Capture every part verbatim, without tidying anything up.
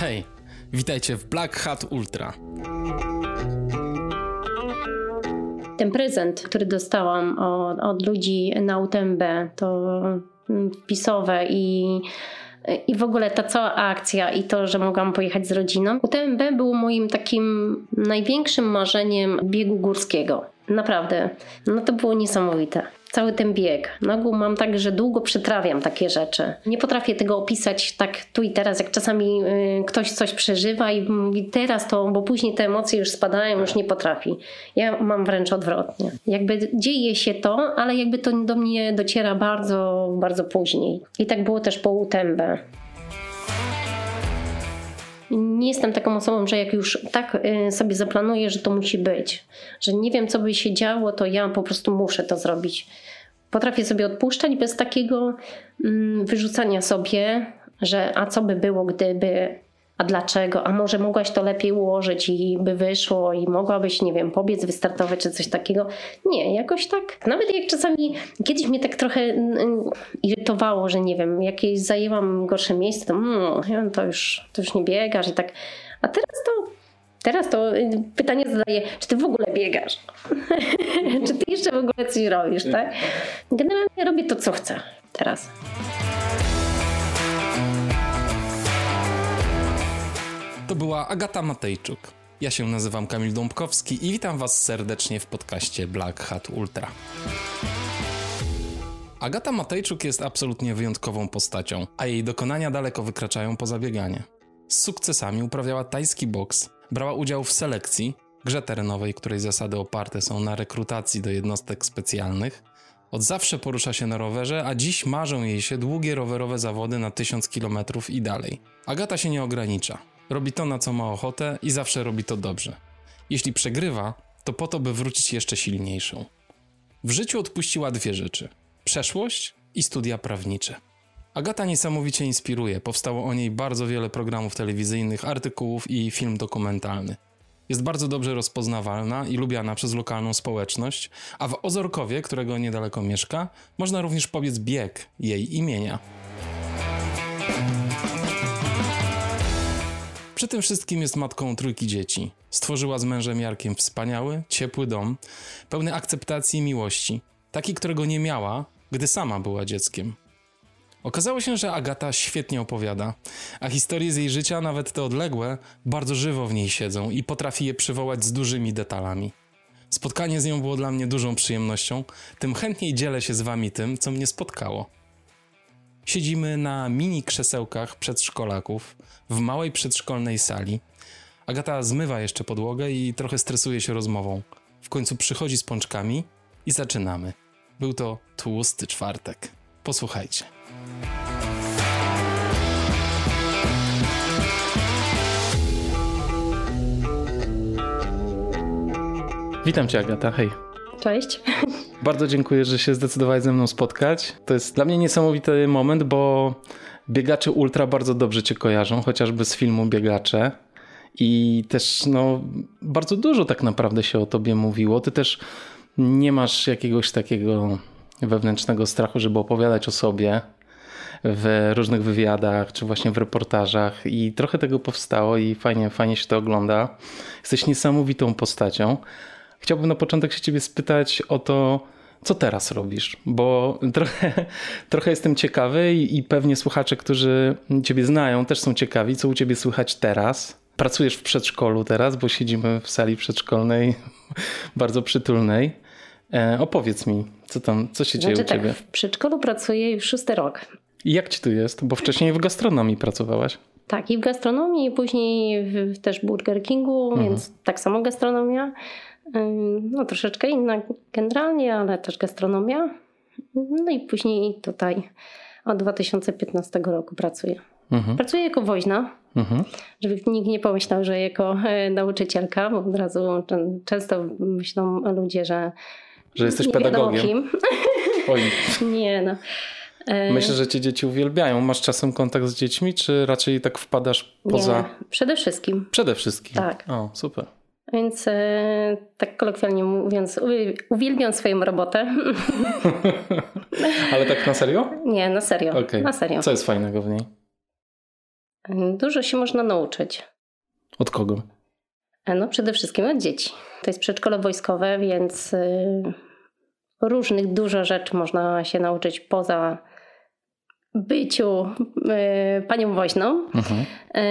Hej, witajcie w Black Hat Ultra. Ten prezent, który dostałam od, od ludzi na U T M B, to wpisowe i, i w ogóle ta cała akcja i to, że mogłam pojechać z rodziną. U T M B było moim takim największym marzeniem biegu górskiego. Naprawdę. No to było niesamowite. Cały ten bieg. Na ogół mam tak, że długo przetrawiam takie rzeczy. Nie potrafię tego opisać tak tu i teraz, jak czasami y, ktoś coś przeżywa i mówi teraz to, bo później te emocje już spadają, już nie potrafi. Ja mam wręcz odwrotnie. Jakby dzieje się to, ale jakby to do mnie dociera bardzo, bardzo później. I tak było też po U T M B. Nie jestem taką osobą, że jak już tak sobie zaplanuję, że to musi być, że nie wiem, co by się działo, to ja po prostu muszę to zrobić. Potrafię sobie odpuszczać bez takiego wyrzucania sobie, że a co by było, gdyby, a dlaczego, a może mogłaś to lepiej ułożyć i by wyszło i mogłabyś, nie wiem, pobiec, wystartować czy coś takiego. Nie, jakoś tak. Nawet jak czasami, kiedyś mnie tak trochę irytowało, że nie wiem, jakieś zajęłam gorsze miejsce, to, mm, to, już, to już nie biegasz i tak. A teraz to, teraz to pytanie zadaję, czy ty w ogóle biegasz? Czy ty jeszcze w ogóle coś robisz, tak? Generalnie robię to, co chcę teraz. To była Agata Matejczuk. Ja się nazywam Kamil Dąbkowski i witam Was serdecznie w podcaście Black Hat Ultra. Agata Matejczuk jest absolutnie wyjątkową postacią, a jej dokonania daleko wykraczają poza bieganie. Z sukcesami uprawiała tajski boks, brała udział w selekcji, grze terenowej, której zasady oparte są na rekrutacji do jednostek specjalnych. Od zawsze porusza się na rowerze, a dziś marzą jej się długie rowerowe zawody na tysiąc kilometrów i dalej. Agata się nie ogranicza. Robi to, na co ma ochotę i zawsze robi to dobrze. Jeśli przegrywa, to po to, by wrócić jeszcze silniejszą. W życiu odpuściła dwie rzeczy. Przeszłość i studia prawnicze. Agata niesamowicie inspiruje. Powstało o niej bardzo wiele programów telewizyjnych, artykułów i film dokumentalny. Jest bardzo dobrze rozpoznawalna i lubiana przez lokalną społeczność, a w Ozorkowie, którego niedaleko mieszka, można również pobiec bieg jej imienia. Przy tym wszystkim jest matką trójki dzieci. Stworzyła z mężem Jarkiem wspaniały, ciepły dom, pełny akceptacji i miłości. Taki, którego nie miała, gdy sama była dzieckiem. Okazało się, że Agata świetnie opowiada, a historie z jej życia, nawet te odległe, bardzo żywo w niej siedzą i potrafi je przywołać z dużymi detalami. Spotkanie z nią było dla mnie dużą przyjemnością, tym chętniej dzielę się z Wami tym, co mnie spotkało. Siedzimy na mini krzesełkach przedszkolaków w małej przedszkolnej sali. Agata zmywa jeszcze podłogę i trochę stresuje się rozmową. W końcu przychodzi z pączkami i zaczynamy. Był to tłusty czwartek. Posłuchajcie. Witam Cię, Agata, hej. Cześć. Bardzo dziękuję, że się zdecydowałeś ze mną spotkać. To jest dla mnie niesamowity moment, bo biegacze ultra bardzo dobrze Cię kojarzą, chociażby z filmu Biegacze. I też no, bardzo dużo tak naprawdę się o Tobie mówiło. Ty też nie masz jakiegoś takiego wewnętrznego strachu, żeby opowiadać o sobie w różnych wywiadach, czy właśnie w reportażach. I trochę tego powstało i fajnie, fajnie się to ogląda. Jesteś niesamowitą postacią. Chciałbym na początek się Ciebie spytać o to, co teraz robisz, bo trochę, trochę jestem ciekawy i, i pewnie słuchacze, którzy Ciebie znają, też są ciekawi, co u Ciebie słychać teraz. Pracujesz w przedszkolu teraz, bo siedzimy w sali przedszkolnej, bardzo przytulnej. E, opowiedz mi, co tam, co się znaczy, dzieje u Ciebie? Tak, w przedszkolu pracuję już szósty rok. I jak Ci tu jest? Bo wcześniej w gastronomii pracowałaś. Tak, i w gastronomii, i później w, też w Burger Kingu, mhm. Więc tak samo gastronomia. No troszeczkę inna generalnie, ale też gastronomia. No i później tutaj od dwa tysiące piętnastego roku pracuję. Mhm. Pracuję jako woźna, mhm. żeby nikt nie pomyślał, że jako nauczycielka, bo od razu często myślą ludzie, że że jesteś nie pedagogiem. Kim. Oj. Nie no. Myślę, że Cię dzieci uwielbiają. Masz czasem kontakt z dziećmi, czy raczej tak wpadasz poza... Nie, przede wszystkim. Przede wszystkim? Tak. O, super. Więc e, tak kolokwialnie mówiąc, uwielbiam swoją robotę. Ale tak na serio? Nie, na serio. Okay. Na serio. Co jest fajnego w niej? Dużo się można nauczyć. Od kogo? No przede wszystkim od dzieci. To jest przedszkole wojskowe, więc różnych dużo rzeczy można się nauczyć poza byciu panią woźną. Mhm.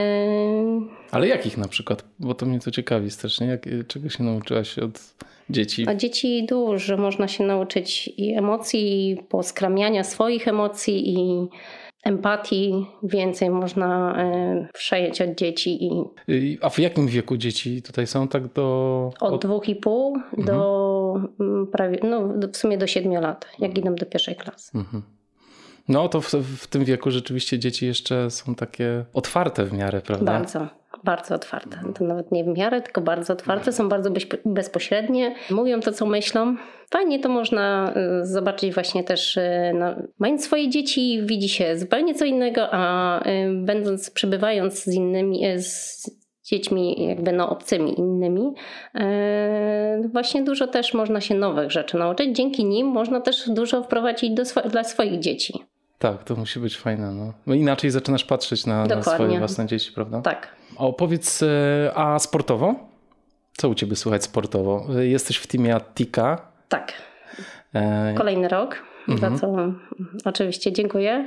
Ale jakich na przykład? Bo to mnie to ciekawi strasznie. Jak, czego się nauczyłaś od dzieci? Od dzieci dużo można się nauczyć i emocji, i poskramiania swoich emocji, i empatii. Więcej można przejąć od dzieci. I A w jakim wieku dzieci tutaj są? Tak do... Od, od... dwóch i pół mhm. do prawie, no w sumie do siedmiu lat, jak idą do pierwszej klasy. Mhm. No to w, w tym wieku rzeczywiście dzieci jeszcze są takie otwarte w miarę, prawda? Bardzo, bardzo otwarte. To nawet nie w miarę, tylko bardzo otwarte. Są bardzo bezpośrednie. Mówią to, co myślą. Fajnie to można zobaczyć właśnie też, no, mając swoje dzieci, widzi się zupełnie co innego, a będąc, przebywając z innymi, z dziećmi jakby no obcymi, innymi, właśnie dużo też można się nowych rzeczy nauczyć. Dzięki nim można też dużo wprowadzić do swo- dla swoich dzieci. Tak, to musi być fajne. No. No inaczej zaczynasz patrzeć na, na swoje własne dzieci, prawda? Tak. A opowiedz, a sportowo? Co u ciebie słychać sportowo? Jesteś w teamie Attika. Tak. Kolejny rok, mhm. za co oczywiście dziękuję.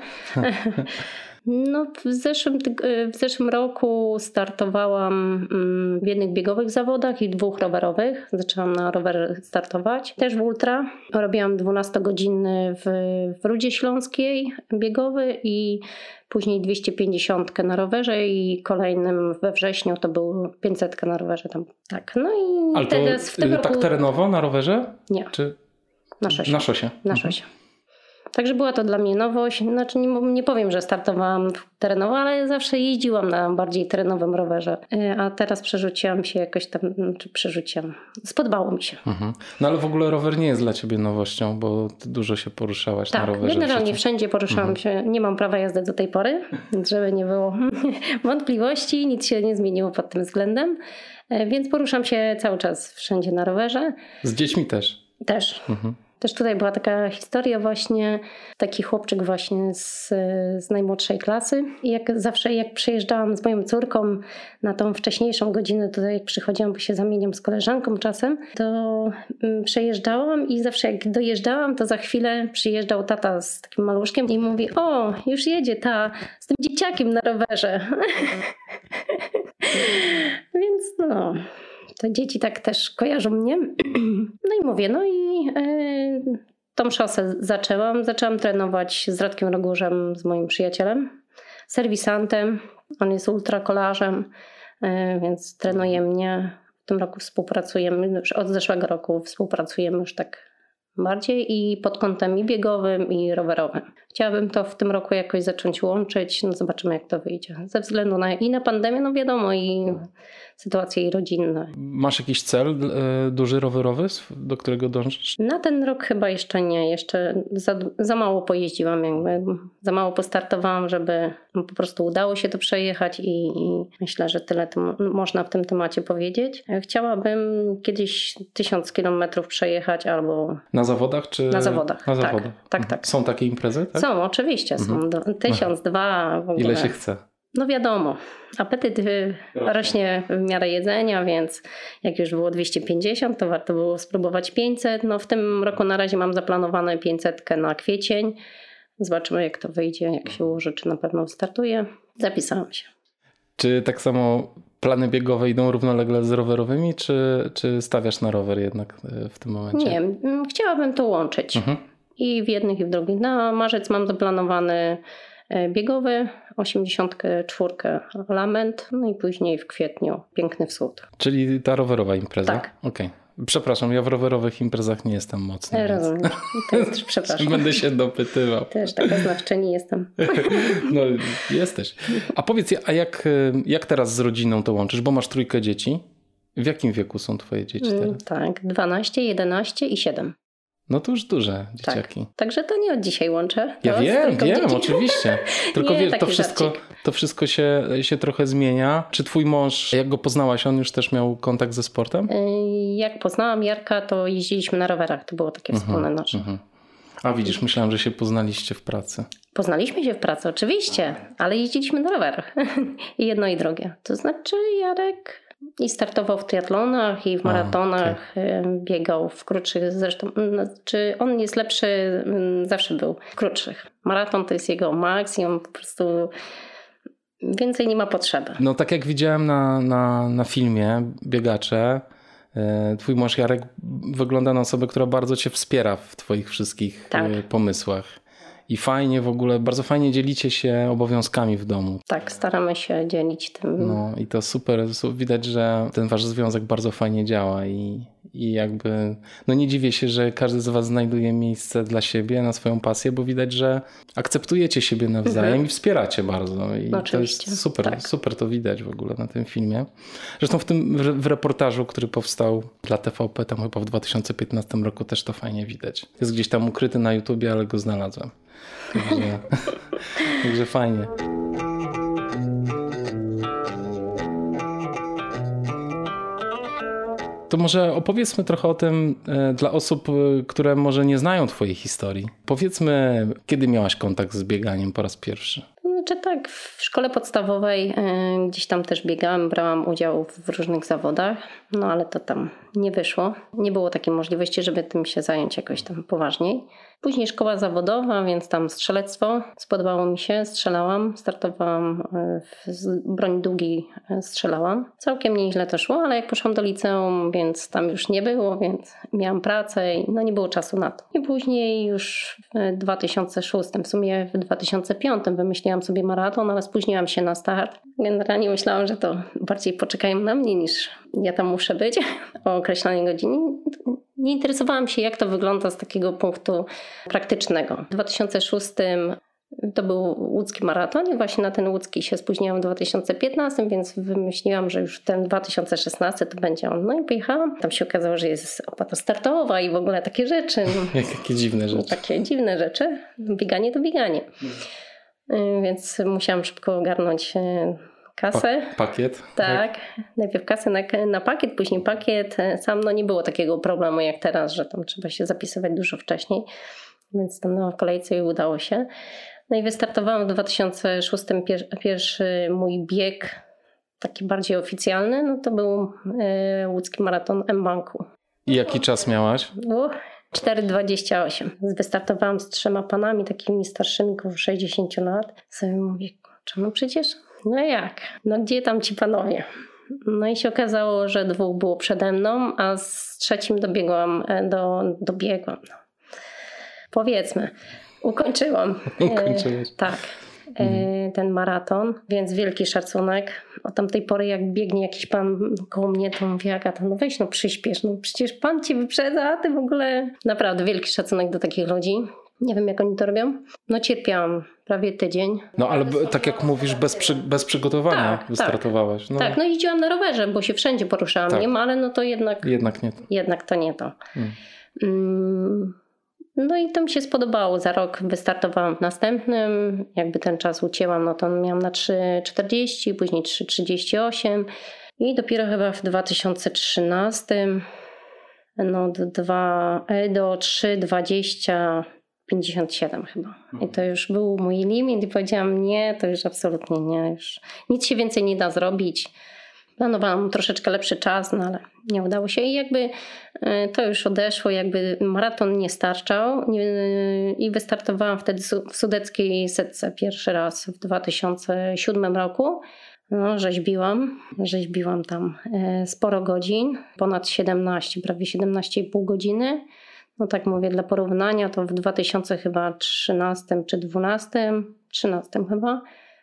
No, w zeszłym, w zeszłym roku startowałam w jednych biegowych zawodach i dwóch rowerowych. Zaczęłam na rower startować. Też w ultra. Robiłam dwunastogodzinny w, w Rudzie Śląskiej biegowy i później dwieście pięćdziesiąt na rowerze i kolejnym we wrześniu to był pięćset na rowerze. Tam. Tak. No i Ale wtedy to w tym tak roku... terenowo na rowerze? Nie. Czy... Na szosie. Na szosie. Na szosie. Mhm. Także była to dla mnie nowość. Znaczy nie, nie powiem, że startowałam terenowo, ale zawsze jeździłam na bardziej terenowym rowerze. A teraz przerzuciłam się jakoś tam, znaczy przerzuciłam. Spodobało mi się. Mhm. No ale w ogóle rower nie jest dla ciebie nowością, bo ty dużo się poruszałaś tak, na rowerze. Tak, generalnie wszędzie poruszałam mhm. się. Nie mam prawa jazdy do tej pory, żeby nie było wątpliwości. Nic się nie zmieniło pod tym względem. Więc poruszam się cały czas wszędzie na rowerze. Z dziećmi też? Też. Mhm. Też tutaj była taka historia właśnie, taki chłopczyk właśnie z, z najmłodszej klasy. I jak zawsze jak przyjeżdżałam z moją córką na tą wcześniejszą godzinę, to jak przychodziłam, bo się zamieniam z koleżanką czasem, to mm, przejeżdżałam i zawsze jak dojeżdżałam, to za chwilę przyjeżdżał tata z takim maluszkiem i mówi: o, już jedzie ta z tym dzieciakiem na rowerze. Więc no... To dzieci tak też kojarzą mnie. No i mówię, no i yy, tą szosę zaczęłam. Zaczęłam trenować z Radkiem Rogórzem, z moim przyjacielem, serwisantem. On jest ultrakolarzem, yy, więc trenuje mnie. W tym roku współpracujemy, już od zeszłego roku współpracujemy już tak bardziej i pod kątem i biegowym, i rowerowym. Chciałabym to w tym roku jakoś zacząć łączyć. No zobaczymy, jak to wyjdzie. Ze względu na i na pandemię, no wiadomo, i sytuacje i rodzinne. Masz jakiś cel y, duży rowerowy, do którego dążysz? Na ten rok chyba jeszcze nie. Jeszcze za, za mało pojeździłam, jakby. Za mało postartowałam, żeby no, po prostu udało się to przejechać i, i myślę, że tyle to można w tym temacie powiedzieć. Chciałabym kiedyś tysiąc kilometrów przejechać albo... Na zawodach? Czy... Na zawodach, Na tak, zawodach. tak, tak. Są takie imprezy? Tak? Są, oczywiście. Są mhm. tysiąc, dwa w ogóle. Ile się chce? No wiadomo, apetyt rośnie w miarę jedzenia, więc jak już było dwieście pięćdziesiąt, to warto było spróbować pięćset. No w tym roku na razie mam zaplanowane pięćset na kwiecień. Zobaczymy, jak to wyjdzie, jak się ułoży, czy na pewno wystartuję. Zapisałam się. Czy tak samo plany biegowe idą równolegle z rowerowymi, czy, czy stawiasz na rower jednak w tym momencie? Nie, chciałabym to łączyć. Mhm. I w jednych, i w drugich. Na marzec mam zaplanowany biegowy, osiemdziesiąt cztery Lament, no i później w kwietniu Piękny Wschód. Czyli ta rowerowa impreza? Tak. Okej. Okay. Przepraszam, ja w rowerowych imprezach nie jestem mocny. Rozumiem. Więc... Też, przepraszam. Będę się dopytywał. Też taka znawczyni jestem. No jesteś. A powiedz, a jak, jak teraz z rodziną to łączysz? Bo masz trójkę dzieci. W jakim wieku są twoje dzieci teraz? Tak, dwanaście, jedenaście i siedem. No to już duże dzieciaki. Tak. Także to nie od dzisiaj łączę. Ja wiem, wiem, dzieci. Oczywiście. Tylko nie, wiesz, to wszystko, to wszystko się, się trochę zmienia. Czy twój mąż, jak go poznałaś, on już też miał kontakt ze sportem? Jak poznałam Jarka, to jeździliśmy na rowerach. To było takie uh-huh, wspólne nasze. Uh-huh. A widzisz, myślałam, że się poznaliście w pracy. Poznaliśmy się w pracy, oczywiście, ale jeździliśmy na rowerach. I jedno i drugie. To znaczy Jarek i startował w triatlonach i w maratonach, A, okay. biegał w krótszych. Zresztą, znaczy on jest lepszy, zawsze był w krótszych. Maraton to jest jego maks i on po prostu więcej nie ma potrzeby. No tak jak widziałem na, na, na filmie Biegacze, twój mąż Jarek wygląda na osobę, która bardzo cię wspiera w twoich wszystkich tak. pomysłach. I fajnie w ogóle, bardzo fajnie dzielicie się obowiązkami w domu. Tak, staramy się dzielić tym. No i to super, widać, że ten wasz związek bardzo fajnie działa i, i jakby, no nie dziwię się, że każdy z was znajduje miejsce dla siebie, na swoją pasję, bo widać, że akceptujecie siebie nawzajem mhm. i wspieracie bardzo. I no, to jest super, tak. super to widać w ogóle na tym filmie. Zresztą w tym w reportażu, który powstał dla T V P, tam chyba w dwa tysiące piętnastym roku też to fajnie widać. Jest gdzieś tam ukryty na YouTubie, ale go znalazłem. Także, także fajnie. To może opowiedzmy trochę o tym dla osób, które może nie znają twojej historii. Powiedzmy, kiedy miałaś kontakt z bieganiem po raz pierwszy? Znaczy tak, w szkole podstawowej gdzieś tam też biegałam, brałam udział w różnych zawodach, no ale to tam nie wyszło. Nie było takiej możliwości, żeby tym się zająć jakoś tam poważniej. Później szkoła zawodowa, więc tam strzelectwo. Spodobało mi się, strzelałam, startowałam w broni długiej, strzelałam. Całkiem nieźle to szło, ale jak poszłam do liceum, więc tam już nie było, więc miałam pracę i no nie było czasu na to. I później już w dwa tysiące szóstym, w sumie w dwa tysiące piątym wymyśliłam sobie maraton, ale spóźniłam się na start. Generalnie myślałam, że to bardziej poczekają na mnie niż ja tam muszę być o określonej godzinie. Nie interesowałam się, jak to wygląda z takiego punktu praktycznego. W dwa tysiące szóstym to był łódzki maraton i właśnie na ten łódzki się spóźniłam w dwa tysiące piętnastym, więc wymyśliłam, że już ten dwa tysiące szesnasty to będzie on. No i pojechałam. Tam się okazało, że jest opłata startowa i w ogóle takie rzeczy. Jakie dziwne rzeczy. Takie dziwne rzeczy. Bieganie to bieganie. Hmm. Więc musiałam szybko ogarnąć kasę. Pa- pakiet. Tak. tak. Najpierw kasę na, na pakiet, później pakiet. Sam no nie było takiego problemu jak teraz, że tam trzeba się zapisywać dużo wcześniej. Więc tam na kolejce i udało się. No i wystartowałam w dwa tysiące szóstym pier- pierwszy mój bieg taki bardziej oficjalny. No to był e, łódzki maraton M-Banku. I jaki czas miałaś? Uh, cztery dwadzieścia osiem. Wystartowałam z trzema panami takimi starszymi, koło sześćdziesiąt lat. Sobie mówię, kurczę, no przecież no jak? No gdzie tam ci panowie? No i się okazało, że dwóch było przede mną, a z trzecim dobiegłam, do, dobiegłam. No. Powiedzmy, ukończyłam. Ukończyłeś. E, tak, e, ten maraton, więc wielki szacunek. Od tamtej pory jak biegnie jakiś pan koło mnie, to mówię, Agata, no weź no przyspiesz, no przecież pan ci wyprzedza, a ty w ogóle... Naprawdę wielki szacunek do takich ludzi. Nie wiem, jak oni to robią. No cierpiałam prawie tydzień. No ale b- tak jak mówisz, bez, przy, bez przygotowania tak, wystartowałaś. No. Tak, no jeździłam na rowerze, bo się wszędzie poruszałam, tak. nie ma, ale no to jednak... Jednak nie to. Jednak to nie to. Hmm. Mm, no i to mi się spodobało. Za rok wystartowałam w następnym. Jakby ten czas ucięłam, no to miałam na trzy czterdzieści, później trzy trzydzieści osiem. I dopiero chyba w dwa tysiące trzynastym no dwa, do trzy dwadzieścia pięćdziesiąt siedem chyba. I to już był mój limit i powiedziałam nie, to już absolutnie nie. Już nic się więcej nie da zrobić. Planowałam troszeczkę lepszy czas, no ale nie udało się i jakby to już odeszło, jakby maraton nie starczał i wystartowałam wtedy w sudeckiej setce pierwszy raz w dwa tysiące siódmym roku. No, rzeźbiłam, rzeźbiłam tam sporo godzin, ponad siedemnaście, prawie siedemnaście i pół godziny. No tak mówię, dla porównania to w dwa tysiące trzynastym czy dwunastym, trzynastym chyba,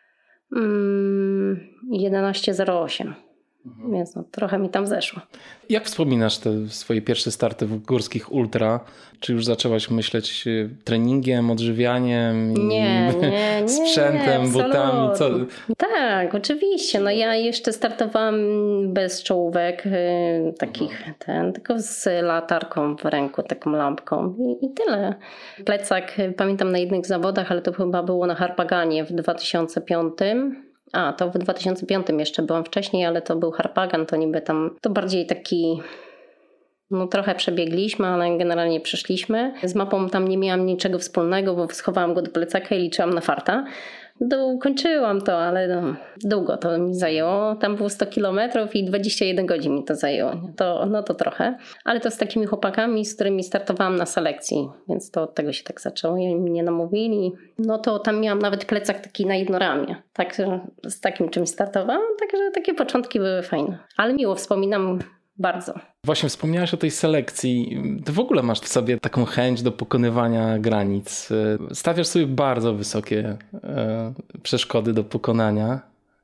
mm, jedenaście zero osiem. Mhm. Więc no, trochę mi tam zeszło. Jak wspominasz te swoje pierwsze starty w górskich ultra? Czy już zaczęłaś myśleć treningiem, odżywianiem, nie, nie, nie, sprzętem, nie, butami? Co? Tak, oczywiście. No ja jeszcze startowałam bez czołówek yy, takich, ten, tylko z latarką w ręku, taką lampką i, i tyle. Plecak pamiętam na jednych zawodach, ale to chyba było na Harpaganie w dwa tysiące piątym. A, to w dwa tysiące piątym jeszcze byłam wcześniej, ale to był Harpagan, to niby tam, to bardziej taki No trochę przebiegliśmy, ale generalnie przeszliśmy. Z mapą tam nie miałam niczego wspólnego, bo schowałam go do plecaka i liczyłam na farta. Dokończyłam to, ale no, długo to mi zajęło. Tam było sto kilometrów i dwadzieścia jeden godzin mi to zajęło. To, no to trochę. Ale to z takimi chłopakami, z którymi startowałam na selekcji, więc to od tego się tak zaczęło. I mnie namówili. No to tam miałam nawet plecak taki na jedno ramię. Także z takim czymś startowałam. Także takie początki były fajne. Ale miło wspominam bardzo. Właśnie wspomniałaś o tej selekcji. Ty w ogóle masz w sobie taką chęć do pokonywania granic. Stawiasz sobie bardzo wysokie e, przeszkody do pokonania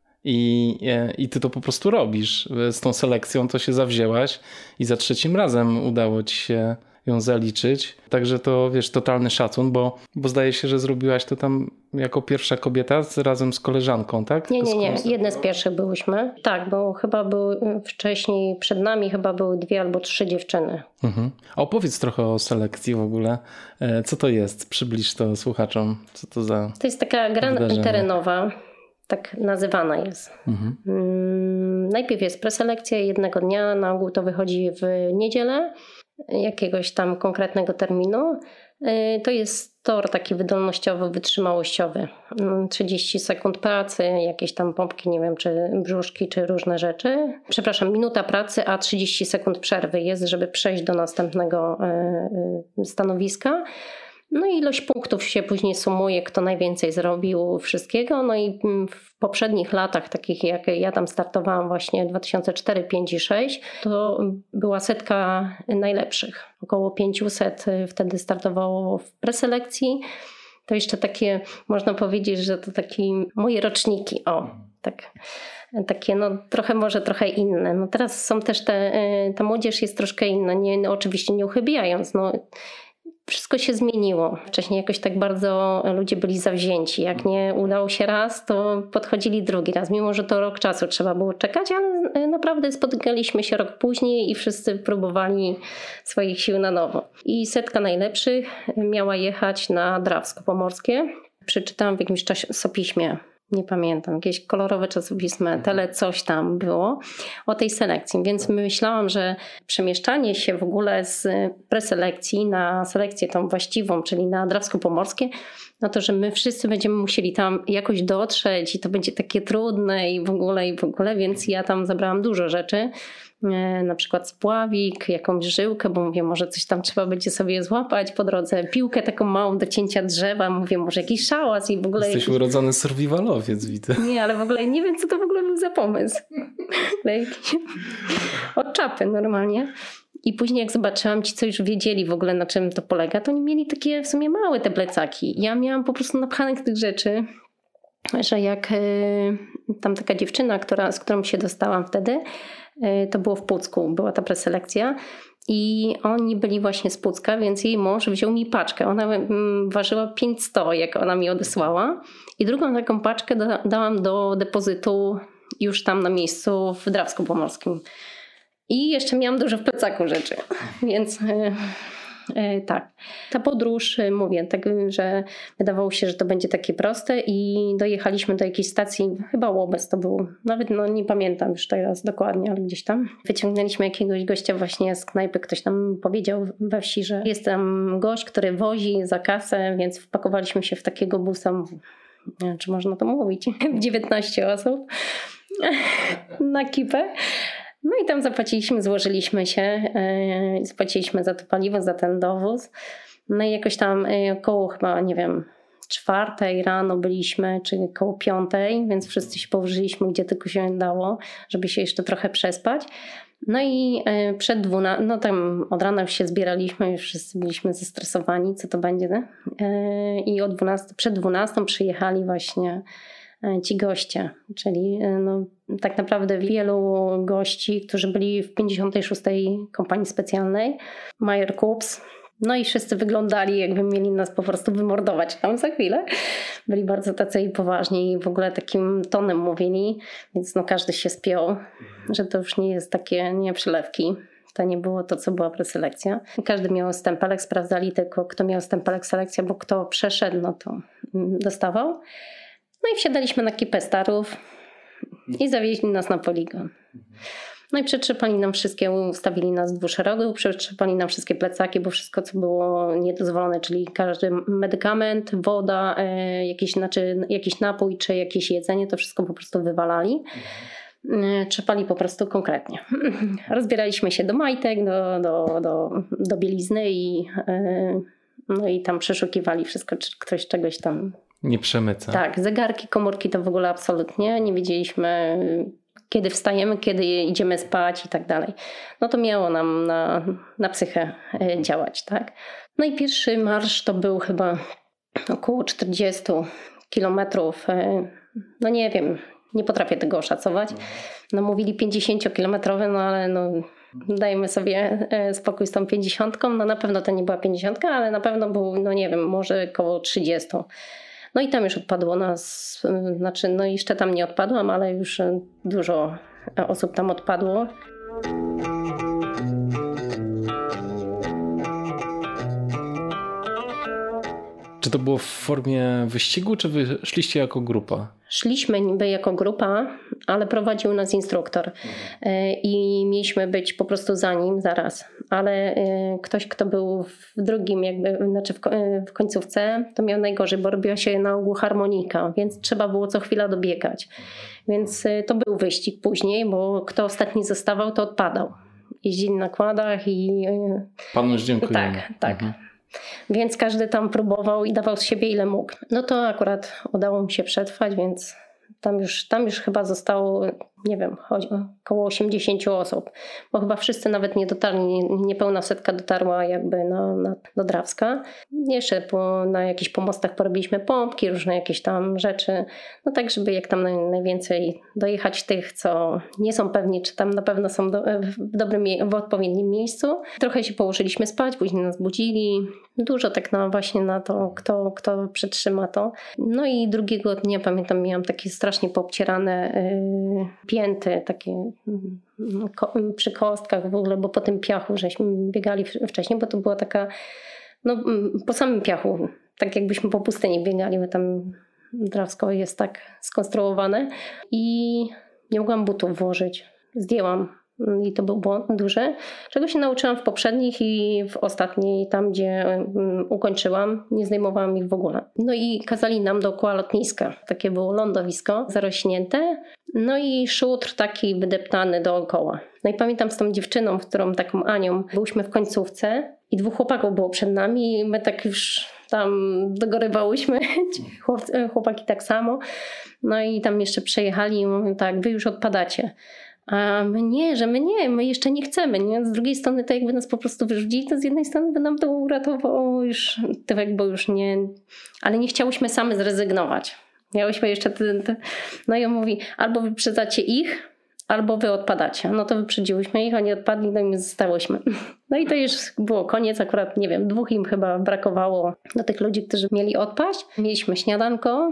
i, e, i ty to po prostu robisz. Z tą selekcją to się zawzięłaś i za trzecim razem udało ci się ją zaliczyć. Także to, wiesz, totalny szacun, bo, bo zdaje się, że zrobiłaś to tam jako pierwsza kobieta z, razem z koleżanką, tak? Nie, nie, nie. Jedne z pierwszych byłyśmy. Tak, bo chyba były wcześniej, przed nami chyba były dwie albo trzy dziewczyny. Mhm. A opowiedz trochę o selekcji w ogóle. Co to jest? Przybliż to słuchaczom. Co to za To jest taka gra wydarzenie terenowa. Tak nazywana jest. Mhm. Hmm, najpierw jest preselekcja jednego dnia. Na ogół to wychodzi w niedzielę. Jakiegoś tam konkretnego terminu. To jest tor taki wydolnościowy, wytrzymałościowy. trzydzieści sekund pracy, jakieś tam pompki, nie wiem, czy brzuszki, czy różne rzeczy. Przepraszam, minuta pracy, a trzydzieści sekund przerwy jest, żeby przejść do następnego stanowiska. No i ilość punktów się później sumuje, kto najwięcej zrobił wszystkiego. No i w poprzednich latach, takich jak ja tam startowałam właśnie dwa tysiące cztery, pięć i sześć, to była setka najlepszych. Około pięćset wtedy startowało w preselekcji. To jeszcze takie, można powiedzieć, że to takie moje roczniki. O, tak. Takie no trochę może trochę inne. No teraz są też te, ta młodzież jest troszkę inna. Nie, no oczywiście nie uchybiając, no wszystko się zmieniło. Wcześniej jakoś tak bardzo ludzie byli zawzięci. Jak nie udało się raz, to podchodzili drugi raz. Mimo że to rok czasu trzeba było czekać, ale naprawdę spotykaliśmy się rok później i wszyscy próbowali swoich sił na nowo. I setka najlepszych miała jechać na Drawsko-Pomorskie. Przeczytałam w jakimś czasopiśmie, nie pamiętam, jakieś kolorowe czasopismo, tele coś tam było o tej selekcji, więc myślałam, że przemieszczanie się w ogóle z preselekcji na selekcję tą właściwą, czyli na Drawsko-Pomorskie, no to, że my wszyscy będziemy musieli tam jakoś dotrzeć i to będzie takie trudne i w ogóle i w ogóle, więc ja tam zabrałam dużo rzeczy. Na przykład spławik, jakąś żyłkę, bo mówię, może coś tam trzeba będzie sobie złapać po drodze, piłkę taką małą do cięcia drzewa, mówię, może jakiś szałas i w ogóle... Jesteś jakiś... urodzony survivalowiec, widzę. Nie, ale w ogóle nie wiem, co to w ogóle był za pomysł. Od czapy normalnie. I później jak zobaczyłam ci, co już wiedzieli w ogóle, na czym to polega, to oni mieli takie w sumie małe te plecaki. Ja miałam po prostu napchanych tych rzeczy, że jak y, tam taka dziewczyna, która, z którą się dostałam wtedy, y, to było w Pucku, była ta preselekcja i oni byli właśnie z Pucka, więc jej mąż wziął mi paczkę. Ona y, ważyła pięćset, jak ona mi odesłała i drugą taką paczkę da, dałam do depozytu już tam na miejscu w Drawsko-Pomorskim. I jeszcze miałam dużo w plecaku rzeczy, więc... Y, Tak, ta podróż, mówię, tak, że wydawało się, że to będzie takie proste i dojechaliśmy do jakiejś stacji, chyba Łobez to był, nawet no nie pamiętam już teraz dokładnie, ale gdzieś tam. Wyciągnęliśmy jakiegoś gościa właśnie z knajpy, ktoś nam powiedział we wsi, że jest tam gość, który wozi za kasę, więc wpakowaliśmy się w takiego busa, nie wiem, czy można to mówić, dziewiętnaście osób na kipę. No i tam zapłaciliśmy, złożyliśmy się, yy, zapłaciliśmy za to paliwo, za ten dowóz. No i jakoś tam yy, około chyba, nie wiem, czwartej rano byliśmy, czy koło piątej, więc wszyscy się położyliśmy, gdzie tylko się dało, żeby się jeszcze trochę przespać. No i yy, przed dwunastą, no tam od rana już się zbieraliśmy, już wszyscy byliśmy zestresowani, co to będzie. Yy, I o dwunastej, przed dwunastą przyjechali właśnie ci goście, czyli no, tak naprawdę wielu gości, którzy byli w pięćdziesiątej szóstej kompanii specjalnej, Major Kups. No i wszyscy wyglądali, jakby mieli nas po prostu wymordować tam za chwilę. Byli bardzo tacy i poważni i w ogóle takim tonem mówili, więc no każdy się spiął, że to już nie jest takie nie przelewki. To nie było to, co była preselekcja. Każdy miał stempelek, sprawdzali tylko, kto miał stempelek selekcja, bo kto przeszedł, no to dostawał. No i wsiadaliśmy na kipę starów i zawieźli nas na poligon. No i przetrzepali nam wszystkie, ustawili nas w dwuszeregu, przetrzepali nam wszystkie plecaki, bo wszystko co było niedozwolone, czyli każdy medykament, woda, jakiś, znaczy, jakiś napój czy jakieś jedzenie, to wszystko po prostu wywalali. Trzepali po prostu konkretnie. Rozbieraliśmy się do majtek, do, do, do, do bielizny i, no i tam przeszukiwali wszystko, czy ktoś czegoś tam... Nie przemyca. Tak, zegarki, komórki to w ogóle absolutnie. Nie wiedzieliśmy, kiedy wstajemy, kiedy idziemy spać i tak dalej. No to miało nam na, na psychę działać, tak. No i pierwszy marsz to był chyba około czterdzieści kilometrów. No nie wiem, nie potrafię tego oszacować. No mówili pięćdziesięciokilometrowy, no ale no dajmy sobie spokój z tą pięćdziesiątką. No na pewno to nie była pięćdziesiątka, ale na pewno był, no nie wiem, może około trzydzieści. No i tam już odpadło nas, znaczy no jeszcze tam nie odpadłam, ale już dużo osób tam odpadło. Czy to było w formie wyścigu, czy wy szliście jako grupa? Szliśmy niby jako grupa, ale prowadził nas instruktor i mieliśmy być po prostu za nim zaraz. Ale ktoś, kto był w drugim, jakby, znaczy w końcówce, to miał najgorzej, bo robiła się na ogół harmonika, więc trzeba było co chwila dobiegać. Więc to był wyścig później, bo kto ostatni zostawał, to odpadał. Jeździli na kładach i... Panu już dziękuję. Tak, tak. Mhm. Więc każdy tam próbował i dawał z siebie ile mógł. No to akurat udało mi się przetrwać, więc tam już, tam już chyba zostało, nie wiem, około osiemdziesiąt osób. Bo chyba wszyscy nawet nie dotarli, niepełna setka dotarła jakby na, na, do Drawska. Jeszcze po, na jakichś pomostach porobiliśmy pompki, różne jakieś tam rzeczy. No tak, żeby jak tam naj, najwięcej dojechać tych, co nie są pewni, czy tam na pewno są do, w dobrym, w odpowiednim miejscu. Trochę się położyliśmy spać, później nas budzili. Dużo tak na właśnie na to, kto, kto przetrzyma to. No i drugiego dnia, pamiętam, miałam takie strasznie poobcierane yy, pięty, takie yy, ko- przy kostkach w ogóle, bo po tym piachu żeśmy biegali wcześniej, bo to była taka, no po samym piachu, tak jakbyśmy po pustyni biegali, bo tam Drawsko jest tak skonstruowane i nie mogłam butów włożyć. Zdjęłam. I to był błąd duży, czego się nauczyłam w poprzednich i w ostatniej, tam gdzie ukończyłam, nie zdejmowałam ich w ogóle. No i kazali nam dookoła lotniska. Takie było lądowisko zarośnięte, no i szutr taki wydeptany dookoła. No i pamiętam z tą dziewczyną, którą taką Anią, byliśmy w końcówce i dwóch chłopaków było przed nami i my tak już tam dogorywałyśmy, chłopaki tak samo. No i tam jeszcze przejechali i mówią tak, wy już odpadacie. A my nie, że my nie, my jeszcze nie chcemy. Nie? Z drugiej strony to jakby nas po prostu wyrzucili, to z jednej strony by nam to uratowało już tyłek, bo już nie... Ale nie chciałyśmy same zrezygnować. Miałyśmy jeszcze... Te, te... No i on mówi, albo wyprzedzacie ich, albo wy odpadacie. No to wyprzedziłyśmy ich, oni odpadli, no i my zostałyśmy. No i to już było koniec, akurat nie wiem, dwóch im chyba brakowało do tych ludzi, którzy mieli odpaść. Mieliśmy śniadanko,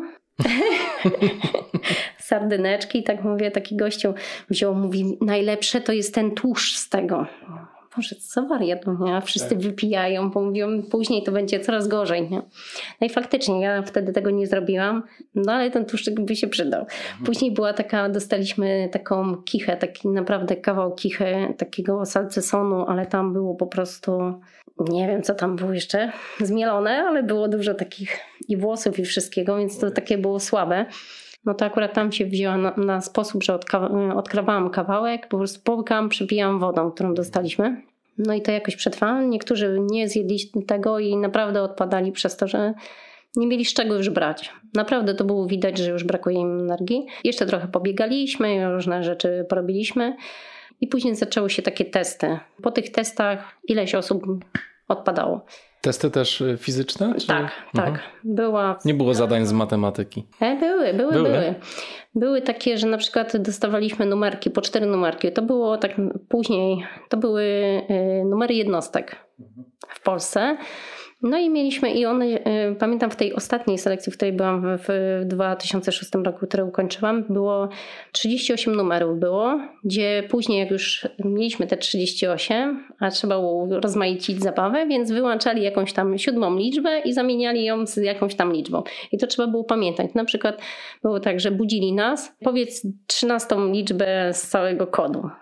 sardyneczki, tak mówię, taki gościu wziął, mówi, najlepsze to jest ten tłuszcz z tego. Boże, co wariat, nie? Wszyscy wypijają, bo mówią, później to będzie coraz gorzej, nie? No i faktycznie, ja wtedy tego nie zrobiłam, no ale ten tłuszczyk by się przydał. Później była taka, dostaliśmy taką kichę, taki naprawdę kawał kichy, takiego salcesonu, ale tam było po prostu, nie wiem co tam było jeszcze, zmielone, ale było dużo takich i włosów i wszystkiego, więc to takie było słabe. No to akurat tam się wzięła na, na sposób, że odka- odkrawałam kawałek, po prostu połykałam, przepijałam wodą, którą dostaliśmy. No i to jakoś przetrwałam. Niektórzy nie zjedli tego i naprawdę odpadali przez to, że nie mieli z czego już brać. Naprawdę to było widać, że już brakuje im energii. Jeszcze trochę pobiegaliśmy, różne rzeczy porobiliśmy i później zaczęły się takie testy. Po tych testach ileś osób odpadało. Testy też fizyczne? Czy... Tak, tak. Mhm. Była... Nie było zadań z matematyki? E, były, były, były, były. Były. Były takie, że na przykład dostawaliśmy numerki, po cztery numerki. To było tak później, to były y, numery jednostek w Polsce. No i mieliśmy i one, y, pamiętam w tej ostatniej selekcji, w której byłam w, w dwa tysiące szóstym roku, którą ukończyłam, było trzydzieści osiem numerów było, gdzie później jak już mieliśmy te trzydzieści osiem, a trzeba było rozmaicić zabawę, więc wyłączali jakąś tam siódmą liczbę i zamieniali ją z jakąś tam liczbą. I to trzeba było pamiętać. Na przykład było tak, że budzili nas, powiedz trzynastą liczbę z całego kodu.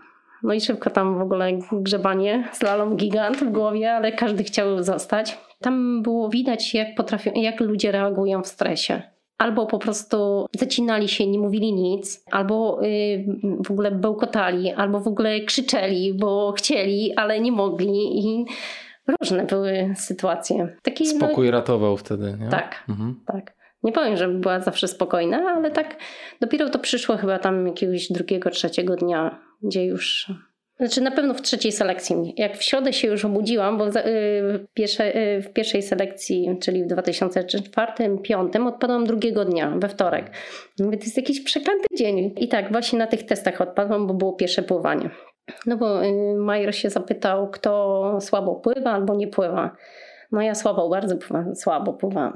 No i szybko tam w ogóle grzebanie, slalom gigant w głowie, ale każdy chciał zostać. Tam było widać, jak potrafią, jak ludzie reagują w stresie. Albo po prostu zacinali się, nie mówili nic, albo yy, w ogóle bełkotali, albo w ogóle krzyczeli, bo chcieli, ale nie mogli. I różne były sytuacje. Takie, Spokój no, ratował wtedy, nie? Tak, mhm. tak. Nie powiem, że była zawsze spokojna, ale tak dopiero to przyszło chyba tam jakiegoś drugiego, trzeciego dnia, gdzie już... Znaczy na pewno w trzeciej selekcji. Jak w środę się już obudziłam, bo w, pierwsze, w pierwszej selekcji, czyli w dwa tysiące czwartym, dwa tysiące piątym odpadłam drugiego dnia, we wtorek. Mówię, to jest jakiś przeklęty dzień. I tak właśnie na tych testach odpadłam, bo było pierwsze pływanie. No bo Major się zapytał, kto słabo pływa albo nie pływa. No ja słabo, bardzo pływam, słabo pływałam.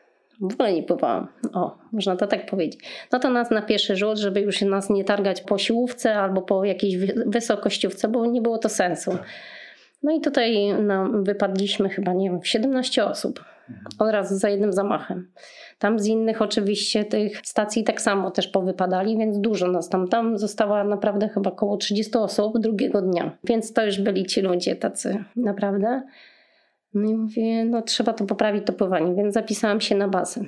W ogóle nie pływałam. O, można to tak powiedzieć. No to nas na pierwszy rzut, żeby już nas nie targać po siłówce albo po jakiejś wysokościówce, bo nie było to sensu. No i tutaj no, wypadliśmy chyba, nie wiem, siedemnaście osób. Od razu za jednym zamachem. Tam z innych oczywiście tych stacji tak samo też powypadali, więc dużo nas tam. Tam została naprawdę chyba około trzydzieści osób drugiego dnia. Więc to już byli ci ludzie tacy naprawdę. No i mówię, no trzeba to poprawić, to pływanie, więc zapisałam się na basen.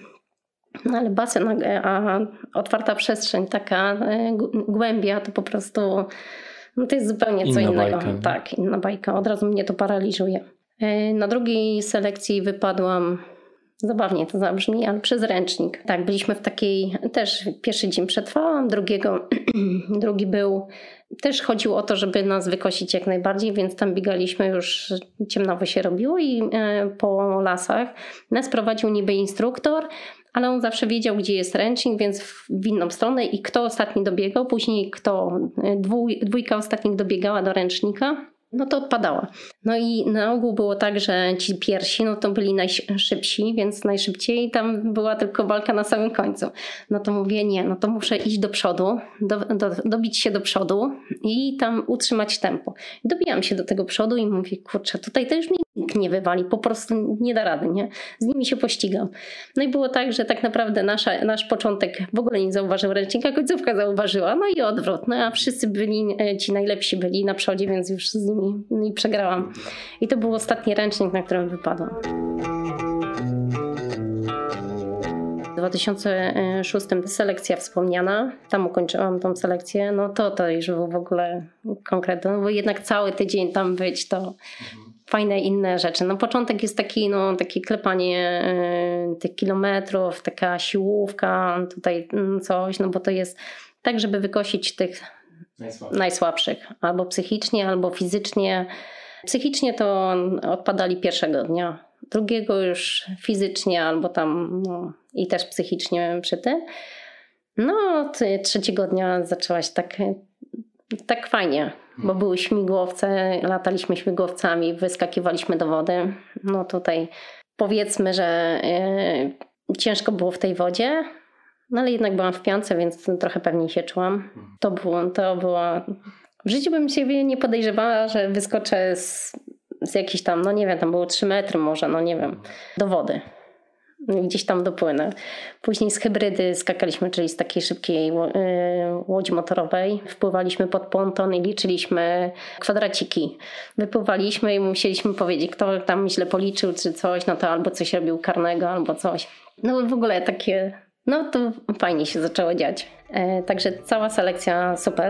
No ale basen, a otwarta przestrzeń, taka głębia, to po prostu no to jest zupełnie co inna innego. Bajka, tak, inna bajka. Od razu mnie to paraliżuje. Na drugiej selekcji wypadłam, zabawnie to zabrzmi, ale przez ręcznik. Tak, byliśmy w takiej, też pierwszy dzień przetrwałam, drugiego, drugi był, też chodziło o to, żeby nas wykosić jak najbardziej, więc tam biegaliśmy, już ciemnowo się robiło i e, po lasach nas prowadził niby instruktor, ale on zawsze wiedział, gdzie jest ręcznik, więc w inną stronę i kto ostatni dobiegał, później kto, dwój, dwójka ostatnich dobiegała do ręcznika, no to odpadała. No i na ogół było tak, że ci pierwsi no to byli najszybsi, więc najszybciej tam była tylko walka na samym końcu. No to mówię, nie, no to muszę iść do przodu, do, do, dobić się do przodu i tam utrzymać tempo. Dobijam się do tego przodu i mówię, kurczę, tutaj to już mnie nikt nie wywali, po prostu nie da rady, nie? Z nimi się pościgam. No i było tak, że tak naprawdę nasza, nasz początek w ogóle nie zauważył ręcznika, końcówka zauważyła, no i odwrót. No a wszyscy byli, ci najlepsi byli na przodzie, więc już z nimi no i przegrałam. I to był ostatni ręcznik, na którym wypadłam. W dwa tysiące szóstym selekcja wspomniana, tam ukończyłam tą selekcję, no to to już było w ogóle konkretne, no bo jednak cały tydzień tam być to fajne inne rzeczy. No początek jest taki, no takie klepanie y, tych kilometrów, taka siłówka, tutaj coś, no bo to jest tak, żeby wykosić tych najsłabszych, najsłabszych albo psychicznie, albo fizycznie. Psychicznie to odpadali pierwszego dnia, drugiego już fizycznie albo tam no, i też psychicznie przy tym. No ty, trzeciego dnia zaczęłaś tak, tak fajnie, bo były śmigłowce, lataliśmy śmigłowcami, wyskakiwaliśmy do wody. No tutaj powiedzmy, że yy, ciężko było w tej wodzie, no ale jednak byłam w piance, więc trochę pewniej się czułam. To było, to było... W życiu bym siebie nie podejrzewała, że wyskoczę z, z jakichś tam, no nie wiem, tam było trzy metry może, no nie wiem, do wody. Gdzieś tam dopłynę. Później z hybrydy skakaliśmy, czyli z takiej szybkiej łodzi motorowej. Wpływaliśmy pod ponton i liczyliśmy kwadraciki. Wypływaliśmy i musieliśmy powiedzieć, kto tam źle policzył czy coś, no to albo coś robił karnego, albo coś. No w ogóle takie, no to fajnie się zaczęło dziać. Także cała selekcja super.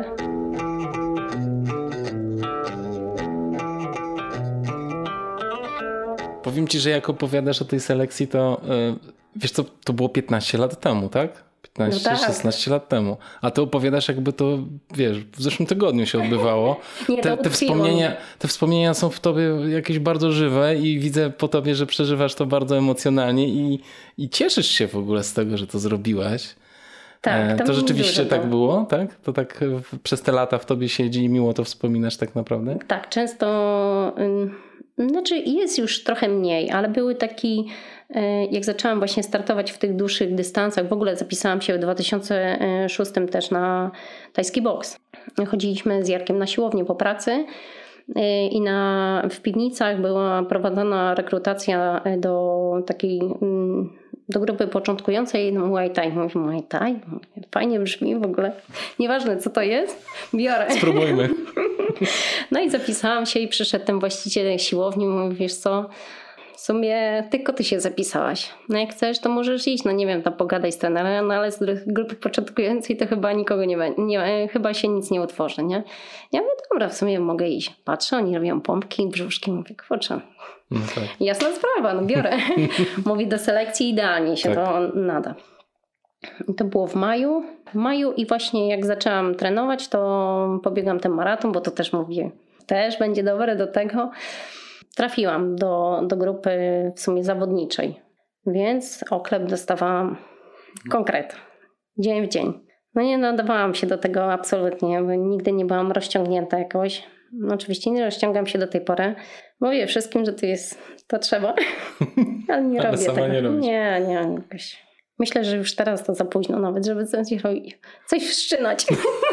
Powiem ci, że jak opowiadasz o tej selekcji, to yy, wiesz co, to było piętnaście lat temu, tak? piętnaście no tak. szesnaście lat temu. A ty opowiadasz jakby to, wiesz, w zeszłym tygodniu się odbywało. Nie, te, te, wspomnienia, te wspomnienia są w tobie jakieś bardzo żywe i widzę po tobie, że przeżywasz to bardzo emocjonalnie i, i cieszysz się w ogóle z tego, że to zrobiłaś. Tak, to rzeczywiście tak było, tak? To tak przez te lata w tobie siedzi i miło to wspominasz tak naprawdę? Tak, często... Znaczy jest już trochę mniej, ale były taki, jak zaczęłam właśnie startować w tych dłuższych dystansach, w ogóle zapisałam się w dwa tysiące szóstym też na tajski boks. Chodziliśmy z Jarkiem na siłownię po pracy i na, w piwnicach była prowadzona rekrutacja do takiej, do grupy początkującej Muay Thai. Mówię, Muay Thai? Fajnie brzmi w ogóle. Nieważne co to jest, biorę. Spróbujmy. No i zapisałam się i przyszedł ten właściciel siłowni i mówi, wiesz co, w sumie tylko ty się zapisałaś. No jak chcesz, to możesz iść, no nie wiem, tam pogadaj z trenerem, no ale z grupy początkującej to chyba nikogo nie będzie, nie, chyba się nic nie utworzy, nie? Ja mówię, dobra, w sumie mogę iść. Patrzę, oni robią pompki, brzuszki, mówię, kurczę. No tak. Jasna sprawa, no biorę. Mówi, do selekcji idealnie się tak. to nada. I to było w maju. W maju i właśnie jak zaczęłam trenować, to pobiegłam ten maraton, bo to też mówię, też będzie dobre do tego. Trafiłam do, do grupy w sumie zawodniczej, więc oklep dostawałam konkret, dzień w dzień. No nie nadawałam się do tego absolutnie, bo nigdy nie byłam rozciągnięta jakoś. No oczywiście nie rozciągam się do tej pory. Mówię wszystkim, że to jest, to trzeba, ale nie ale robię sama tego. Nie, robisz. nie, nie, jakoś. Myślę, że już teraz to za późno nawet, żeby coś robić, coś wszczynać.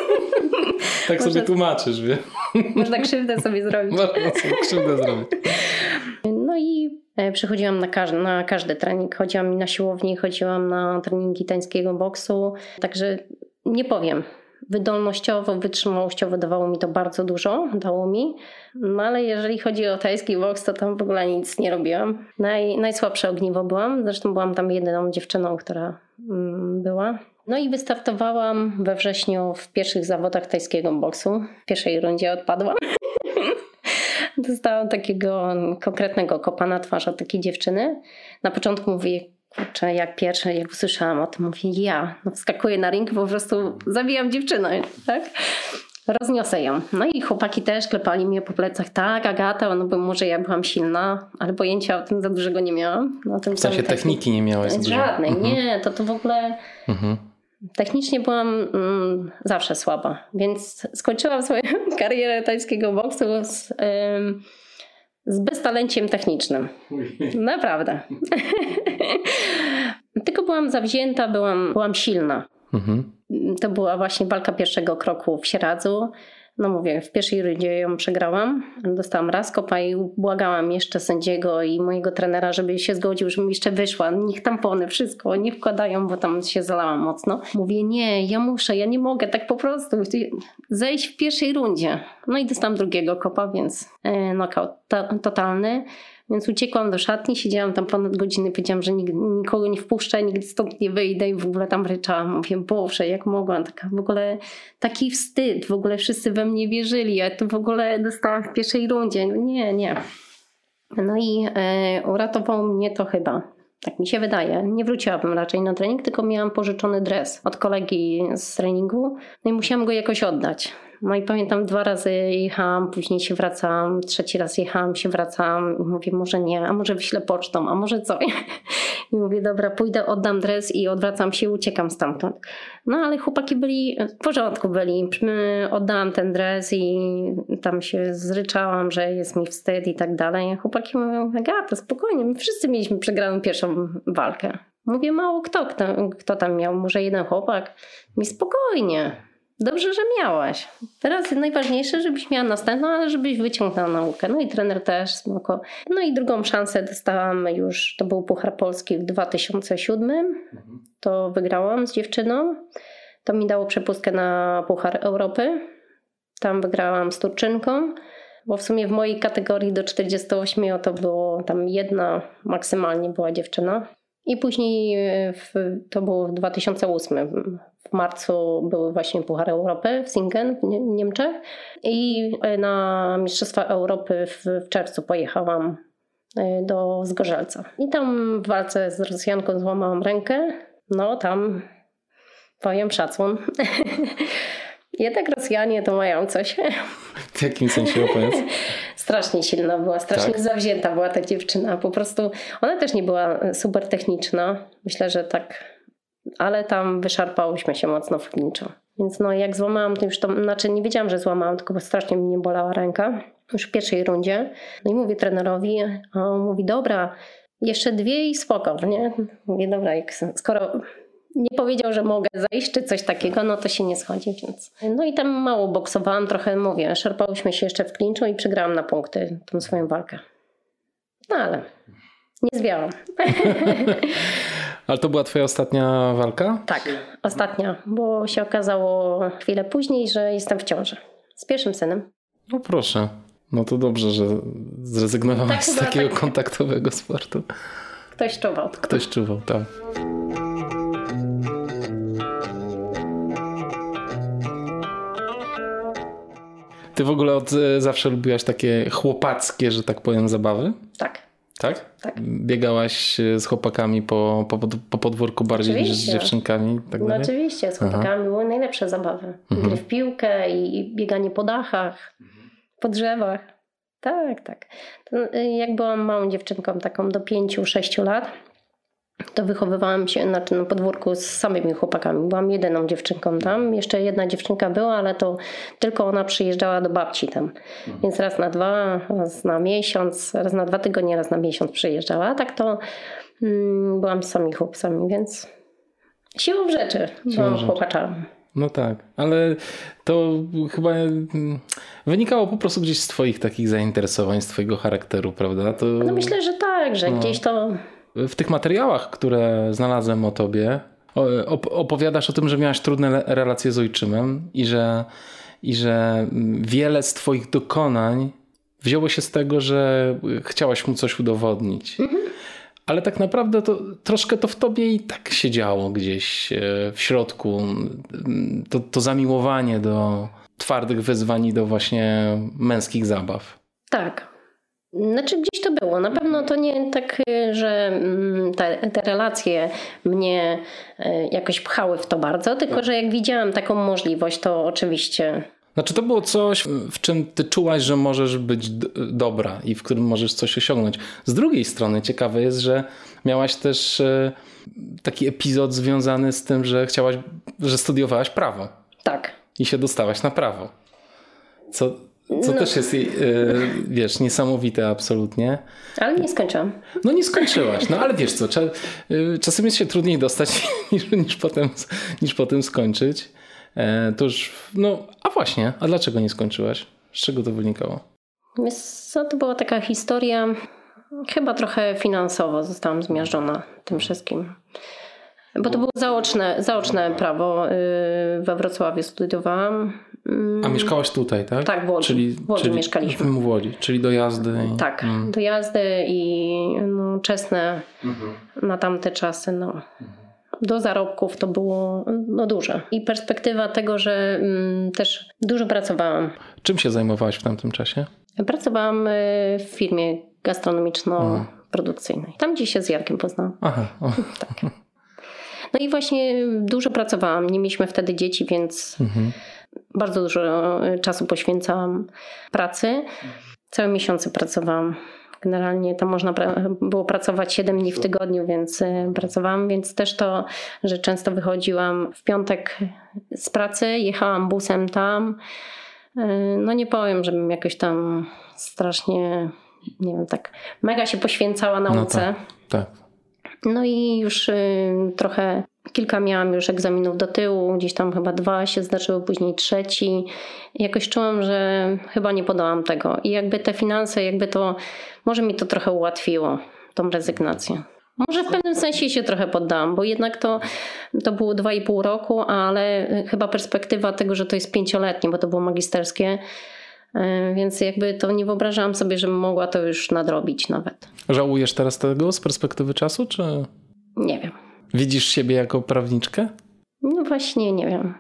Tak sobie Można, tłumaczysz, wie? Można krzywdę sobie zrobić. Można sobie krzywdę zrobić. No i przychodziłam na każdy, na każdy trening. Chodziłam na siłowni, chodziłam na treningi tańskiego boksu. Także nie powiem. Wydolnościowo, wytrzymałościowo dawało mi to bardzo dużo, dało mi. No ale jeżeli chodzi o tajski boks, to tam w ogóle nic nie robiłam. Naj, najsłabsze ogniwo byłam. Zresztą byłam tam jedyną dziewczyną, która mm, była. No i wystartowałam we wrześniu w pierwszych zawodach tajskiego boksu. W pierwszej rundzie odpadłam. Dostałam takiego konkretnego kopa na twarz od takiej dziewczyny. Na początku mówię, kurczę, jak pierwsze, jak usłyszałam o tym, mówię, ja no wskakuję na ring, po prostu zabijam dziewczynę, tak? Rozniosę ją. No i chłopaki też klepali mnie po plecach. Tak, Agata, no bo może ja byłam silna, ale pojęcia o tym za dużego nie miałam. No, w sensie techniki nie miałaś za dużo? Żadnej, mhm. nie. To to w ogóle... Mhm. Technicznie byłam mm, zawsze słaba, więc skończyłam swoją karierę tajskiego boksu z, ym, z beztalenciem technicznym. Naprawdę. Tylko byłam zawzięta, byłam, byłam silna. Mhm. To była właśnie walka pierwszego kroku w Sieradzu. No mówię, w pierwszej rundzie ją przegrałam. Dostałam raz kopa i błagałam jeszcze sędziego i mojego trenera, żeby się zgodził, żebym jeszcze wyszła. Niech tampony, wszystko, nie wkładają, bo tam się zalałam mocno. Mówię, nie, ja muszę, ja nie mogę tak po prostu zejść w pierwszej rundzie. No i dostałam drugiego kopa, więc e, knockout to, totalny. Więc uciekłam do szatni, siedziałam tam ponad godzinę, powiedziałam, że nig- nikogo nie wpuszczę, nigdy stąd nie wyjdę i w ogóle tam ryczałam. Mówię, Boże, jak mogłam, taka w ogóle taki wstyd, w ogóle wszyscy we mnie wierzyli, ja tu w ogóle dostałam w pierwszej rundzie. Nie, nie. No i e, uratowało mnie to chyba. Tak mi się wydaje. Nie wróciłabym raczej na trening, tylko miałam pożyczony dres od kolegi z treningu. No i musiałam go jakoś oddać. No i pamiętam, dwa razy jechałam, później się wracałam, trzeci raz jechałam, się wracałam i mówię, może nie, a może wyślę pocztą, a może co? I mówię, dobra, pójdę, oddam dres i odwracam się, uciekam stamtąd. No ale chłopaki byli, w porządku byli. Oddałam ten dres i tam się zryczałam, że jest mi wstyd i tak dalej. Chłopaki mówią, Agata, spokojnie, my wszyscy mieliśmy przegraną pierwszą walkę. Mówię, mało kto, kto, kto tam miał, może jeden chłopak. Mi spokojnie. Dobrze, że miałaś. Teraz najważniejsze, żebyś miała następną, ale żebyś wyciągnęła naukę. No i trener też spoko. No i drugą szansę dostałam już, to był Puchar Polski w dwa tysiące siódmym. To wygrałam z dziewczyną. To mi dało przepustkę na Puchar Europy. Tam wygrałam z Turczynką. Bo w sumie w mojej kategorii do czterdziestu ośmiu to było tam jedna maksymalnie była dziewczyna. I później w, to było w dwa tysiące ósmym. W marcu były właśnie Puchary Europy w Singen w Niemczech i na Mistrzostwa Europy w, w czerwcu pojechałam do Zgorzelca. I tam w walce z Rosjanką złamałam rękę. No tam powiem szacun. Jednak Rosjanie to mają coś. W jakim sensie opowiedz? Strasznie silna była, strasznie tak? zawzięta była ta dziewczyna. Po prostu ona też nie była super techniczna. Myślę, że tak, ale tam wyszarpałyśmy się mocno w klinczu. Więc no jak złamałam, to już to, znaczy nie wiedziałam, że złamałam, tylko strasznie mnie bolała ręka. Już w pierwszej rundzie. No i mówię trenerowi, a on mówi, dobra, jeszcze dwie i spoko, nie? Mówię, dobra, jak, skoro nie powiedział, że mogę zejść czy coś takiego, no to się nie schodzi, więc... No i tam mało boksowałam, trochę mówię, szarpałyśmy się jeszcze w klinczu i przegrałam na punkty tą swoją walkę. No ale nie zwiałam. Ale to była twoja ostatnia walka? Tak, ostatnia, bo się okazało chwilę później, że jestem w ciąży z pierwszym synem. No proszę. No to dobrze, że zrezygnowałaś tak, z takiego tak. kontaktowego sportu. Ktoś czuwał. Ktoś czuwał, tak. Ty w ogóle od zawsze lubiłaś takie chłopackie, że tak powiem, zabawy? Tak. Tak? Tak. Biegałaś z chłopakami po, po, po podwórku bardziej oczywiście. niż z dziewczynkami? Tak no dalej? Oczywiście, z chłopakami Aha. były najlepsze zabawy. Mhm. Gry w piłkę i bieganie po dachach, mhm. po drzewach. Tak, tak. To jak byłam małą dziewczynką, taką do pięciu, sześciu lat, to wychowywałam się znaczy na podwórku z samymi chłopakami. Byłam jedyną dziewczynką tam. Jeszcze jedna dziewczynka była, ale to tylko ona przyjeżdżała do babci tam. Mhm. Więc raz na dwa, raz na miesiąc, raz na dwa tygodnie, raz na miesiąc przyjeżdżała. A tak to mm, byłam z samymi chłopcami, więc siłą rzeczy byłam chłopaczem. No tak, ale to chyba wynikało po prostu gdzieś z twoich takich zainteresowań, z twojego charakteru, prawda? To... No myślę, że tak, że no. gdzieś to... W tych materiałach, które znalazłem o tobie, opowiadasz o tym, że miałaś trudne relacje z ojczymem i że, i że wiele z twoich dokonań wzięło się z tego, że chciałaś mu coś udowodnić. Mhm. Ale tak naprawdę to troszkę to w tobie i tak się działo gdzieś w środku. To, to zamiłowanie do twardych wyzwań i do właśnie męskich zabaw. Tak. Znaczy gdzieś to było. Na pewno to nie tak, że te, te relacje mnie jakoś pchały w to bardzo, tylko że jak widziałam taką możliwość, to oczywiście... Znaczy to było coś, w czym ty czułaś, że możesz być d- dobra i w którym możesz coś osiągnąć. Z drugiej strony ciekawe jest, że miałaś też e, taki epizod związany z tym, że chciałaś, że studiowałaś prawo. Tak. I się dostałaś na prawo. Co, co no. też jest, e, wiesz, niesamowite absolutnie. Ale nie skończyłam. No nie skończyłaś, no ale wiesz co, cza, e, czasem jest się trudniej dostać niż, niż, potem, niż potem skończyć. To już, no, a właśnie, a dlaczego nie skończyłaś? Z czego to wynikało? Co to była taka historia, chyba trochę finansowo zostałam zmiażdżona tym wszystkim. Bo to było zaoczne, zaoczne prawo. We Wrocławiu studiowałam. A mieszkałaś tutaj, tak? Tak, w Łodzi. Czyli, w Łodzi czyli mieszkaliśmy. W Łodzi, czyli dojazdy. I... Tak, mm. dojazdy i no, czesne mhm. na tamte czasy, no. Mhm. Do zarobków to było no, duże. I perspektywa tego, że mm, też dużo pracowałam. Czym się zajmowałaś w tamtym czasie? Pracowałam w firmie gastronomiczno-produkcyjnej. Tam gdzie się z Jarkiem poznałam. Aha. Tak. No i właśnie dużo pracowałam. Nie mieliśmy wtedy dzieci, więc mhm. bardzo dużo czasu poświęcałam pracy. Całe miesiące pracowałam. Generalnie tam można było pracować siedem dni w tygodniu, więc pracowałam, więc też to, że często wychodziłam w piątek z pracy, jechałam busem tam. No nie powiem, żebym jakoś tam strasznie, nie wiem, tak mega się poświęcała nauce. No tak, tak. No i już trochę, kilka miałam już egzaminów do tyłu, gdzieś tam chyba dwa się zdarzyły, później trzeci. I jakoś czułam, że chyba nie podołam tego. I jakby te finanse, jakby to, może mi to trochę ułatwiło, tą rezygnację. Może w pewnym sensie się trochę poddałam, bo jednak to, to było dwa i pół roku, ale chyba perspektywa tego, że to jest pięcioletnie, bo to było magisterskie, więc jakby to nie wyobrażałam sobie, żebym mogła to już nadrobić nawet. Żałujesz teraz tego z perspektywy czasu, czy... Nie wiem. Widzisz siebie jako prawniczkę? No właśnie, nie wiem.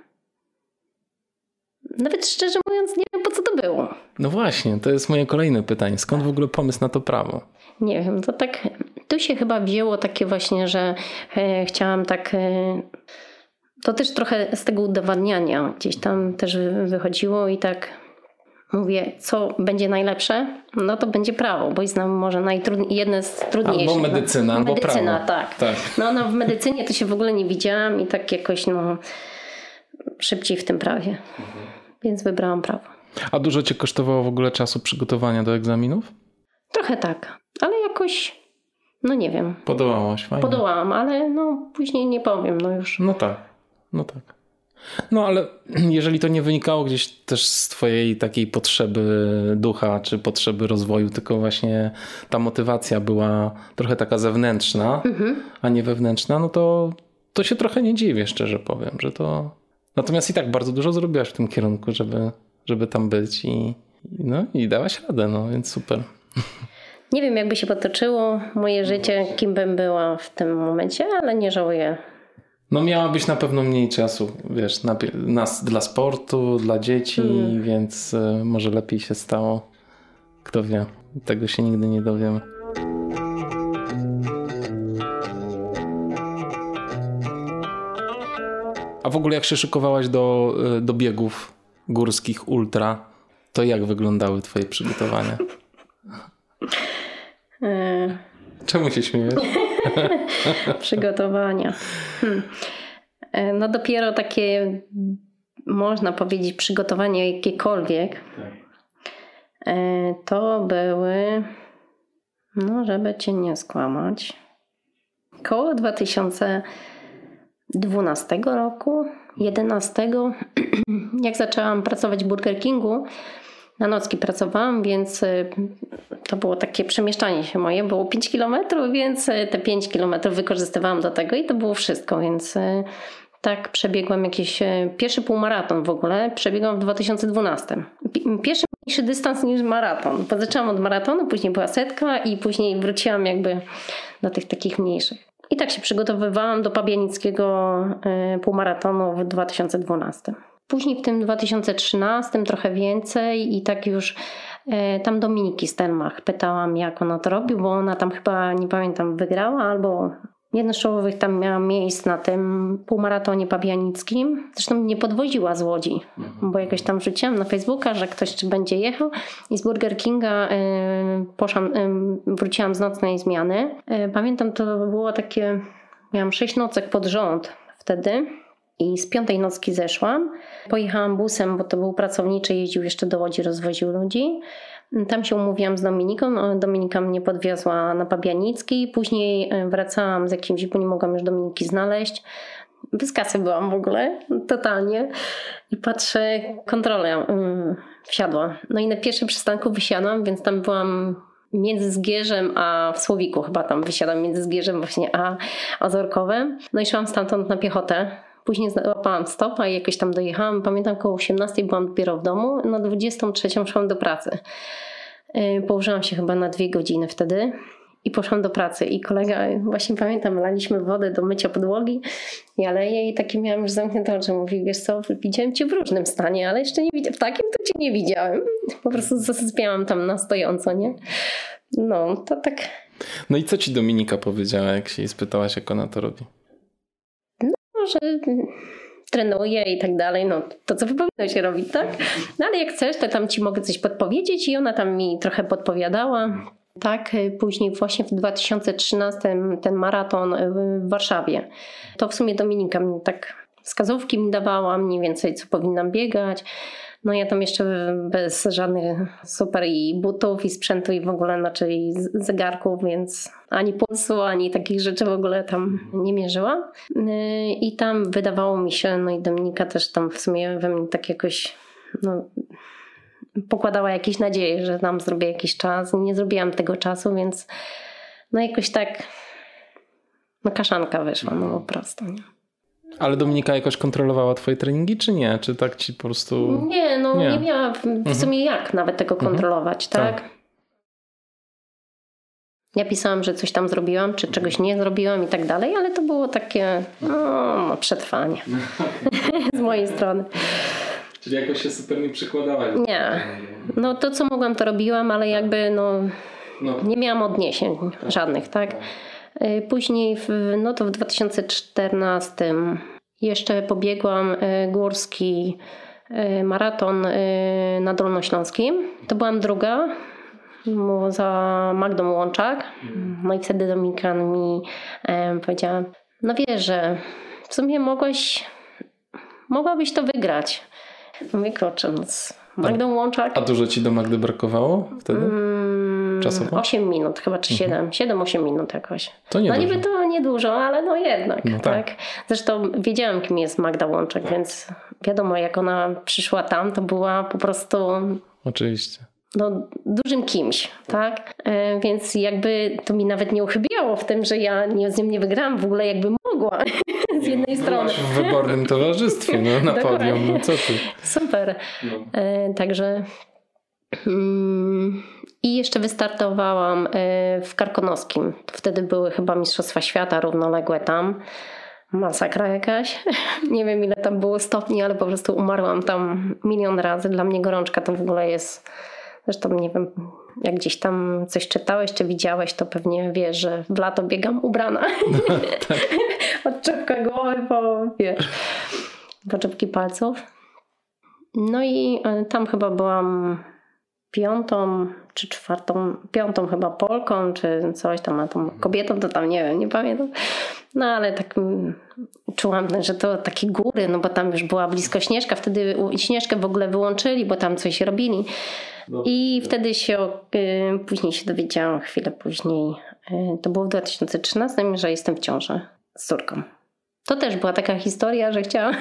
Nawet szczerze mówiąc, nie wiem, po co to było. No właśnie, to jest moje kolejne pytanie. Skąd w ogóle pomysł na to prawo? Nie wiem, to tak... Tu się chyba wzięło takie właśnie, że e, chciałam tak... E, to też trochę z tego udowadniania gdzieś tam też wychodziło i tak... Mówię, co będzie najlepsze, no to będzie prawo, bo jest nam może najtrudniejsze, jedne z trudniejszych. Albo medycyna, no. albo medycyna, prawo. tak. tak. No, no w medycynie to się w ogóle nie widziałam i tak jakoś no szybciej w tym prawie. Mhm. Więc wybrałam prawo. A dużo cię kosztowało w ogóle czasu przygotowania do egzaminów? Trochę tak, ale jakoś, no nie wiem. Podołałaś, fajnie. Podołałam, ale no później nie powiem, no już. No tak, no tak. No ale jeżeli to nie wynikało gdzieś też z twojej takiej potrzeby ducha czy potrzeby rozwoju, tylko właśnie ta motywacja była trochę taka zewnętrzna, mhm. a nie wewnętrzna, no to, to się trochę nie dziwię, szczerze powiem, że to... Natomiast i tak bardzo dużo zrobiłaś w tym kierunku, żeby, żeby tam być i, no i dałaś radę, no więc super. Nie wiem, jakby się potoczyło moje życie, kim bym była w tym momencie, ale nie żałuję. No miałabyś na pewno mniej czasu, wiesz, na, na, dla sportu, dla dzieci, hmm. więc y, może lepiej się stało. Kto wie, tego się nigdy nie dowiemy. A w ogóle jak się szykowałaś do, do biegów górskich ultra, to jak wyglądały twoje przygotowania? Czemu się śmiejesz? Przygotowania. Hmm. No dopiero takie, można powiedzieć, przygotowania jakiekolwiek. To były, no żeby cię nie skłamać, koło dwa tysiące dwunastego roku, jedenastego, jak zaczęłam pracować w Burger Kingu, na nocki pracowałam, więc to było takie przemieszczanie się moje. Było pięć kilometrów, więc te pięć kilometrów wykorzystywałam do tego i to było wszystko, więc tak przebiegłam jakiś pierwszy półmaraton w ogóle, przebiegłam w dwa tysiące dwunastym. Pierwszy mniejszy dystans niż maraton. Bo zaczęłam od maratonu, później była setka i później wróciłam jakby do tych takich mniejszych. I tak się przygotowywałam do pabianickiego półmaratonu w dwa tysiące dwunastym. Później w tym dwa tysiące trzynastym trochę więcej i tak już e, tam Dominiki Stelmach pytałam, jak ona to robi, bo ona tam chyba, nie pamiętam, wygrała albo jedno z czołowych tam miała miejsc na tym półmaratonie pabianickim. Zresztą mnie podwoziła z Łodzi, bo jakoś tam wrzuciłam na Facebooka, że ktoś będzie jechał i z Burger Kinga e, poszłam, e, wróciłam z nocnej zmiany. E, pamiętam, to było takie, miałam sześć nocek pod rząd wtedy. I z piątej nocki zeszłam. Pojechałam busem, bo to był pracowniczy, jeździł jeszcze do Łodzi, rozwoził ludzi. Tam się umówiłam z Dominiką. Dominika mnie podwiozła na Pabianicki. Później wracałam z jakimś, bo nie mogłam już Dominiki znaleźć. Bez kasy byłam w ogóle, totalnie. I patrzę, kontrola um, wsiadła. No i na pierwszym przystanku wysiadłam, więc tam byłam między Zgierzem a w Słowiku chyba tam wysiadam między Zgierzem właśnie a Ozorkowem. No i szłam stamtąd na piechotę. Później złapałam stopa i jakoś tam dojechałam. Pamiętam, koło osiemnastej byłam dopiero w domu. Na dwudziestą trzecią szłam do pracy. Położyłam się chyba na dwie godziny wtedy i poszłam do pracy. I kolega, właśnie pamiętam, laliśmy wodę do mycia podłogi. Ja leję i takie miałam już zamknięte oczy. Mówi, wiesz co, widziałem cię w różnym stanie, ale jeszcze nie widziałem. W takim to cię nie widziałem. Po prostu zasypiałam tam na stojąco, nie? No, to tak. No i co ci Dominika powiedziała, jak się jej spytałaś, jak ona to robi? Że trenuje i tak dalej, no to co powinno się robić, tak? No ale jak chcesz, to tam ci mogę coś podpowiedzieć i ona tam mi trochę podpowiadała. Tak, później właśnie w dwa tysiące trzynastym ten maraton w Warszawie. To w sumie Dominika mi tak wskazówki mi dawała, mniej więcej co powinnam biegać. No ja tam jeszcze bez żadnych super i butów i sprzętu i w ogóle znaczy zegarków, więc ani pulsu, ani takich rzeczy w ogóle tam nie mierzyłam. I tam wydawało mi się, no i Dominika też tam w sumie we mnie tak jakoś no, pokładała jakieś nadzieje, że tam zrobię jakiś czas. Nie zrobiłam tego czasu, więc no jakoś tak no kaszanka wyszła, no po prostu, nie? Ale Dominika jakoś kontrolowała twoje treningi, czy nie? Czy tak ci po prostu... Nie, no nie, nie miała w, w sumie mhm. jak nawet tego kontrolować, mhm. tak? tak? Ja pisałam, że coś tam zrobiłam, czy czegoś nie zrobiłam i tak dalej, ale to było takie no, no przetrwanie z mojej strony. Czyli jakoś się super nie przykładałaś? Nie. No to co mogłam, to robiłam, ale jakby no, no. nie miałam odniesień żadnych, tak? Później w, no to w dwa tysiące czternastym jeszcze pobiegłam górski maraton na Dolnośląskim. To byłam druga za Magdą Łączak. No i wtedy Dominika mi powiedziała, no wiesz, że w sumie mogłaś, mogłabyś to wygrać. Mówię, kurczę, no z Magdą Łączak. A dużo ci do Magdy brakowało wtedy? Czasowo? osiem minut chyba, czy siedem. siedem osiem minut jakoś. To nie no dużo. niby to niedużo, ale no jednak. No tak. tak. Zresztą wiedziałam, kim jest Magda Łączek, więc wiadomo, jak ona przyszła tam, to była po prostu... Oczywiście. No, dużym kimś, tak? E, więc jakby to mi nawet nie uchybiało w tym, że ja nie, z nim nie wygrałam w ogóle, jakby mogła z jednej strony. W wybornym towarzystwie, no, na podium, no co ty. Super. No. E, także I jeszcze wystartowałam w Karkonoskim. Wtedy były chyba Mistrzostwa Świata równoległe tam. Masakra jakaś. Nie wiem ile tam było stopni, ale po prostu umarłam tam milion razy. Dla mnie gorączka to w ogóle jest... Zresztą nie wiem, jak gdzieś tam coś czytałeś czy widziałeś, to pewnie wiesz, że w lato biegam ubrana. No, tak. Od czepka głowy po, wiesz, po czepki palców. No i tam chyba byłam piątą czy czwartą, piątą chyba Polką, czy coś tam, a tą kobietą to tam nie wiem, nie pamiętam. No ale tak czułam, że to takie góry, no bo tam już była blisko Śnieżka, wtedy Śnieżkę w ogóle wyłączyli, bo tam coś robili. No. I wtedy się, później się dowiedziałam, chwilę później, to było w dwa tysiące trzynastym, że jestem w ciąży z córką. To też była taka historia, że chciałam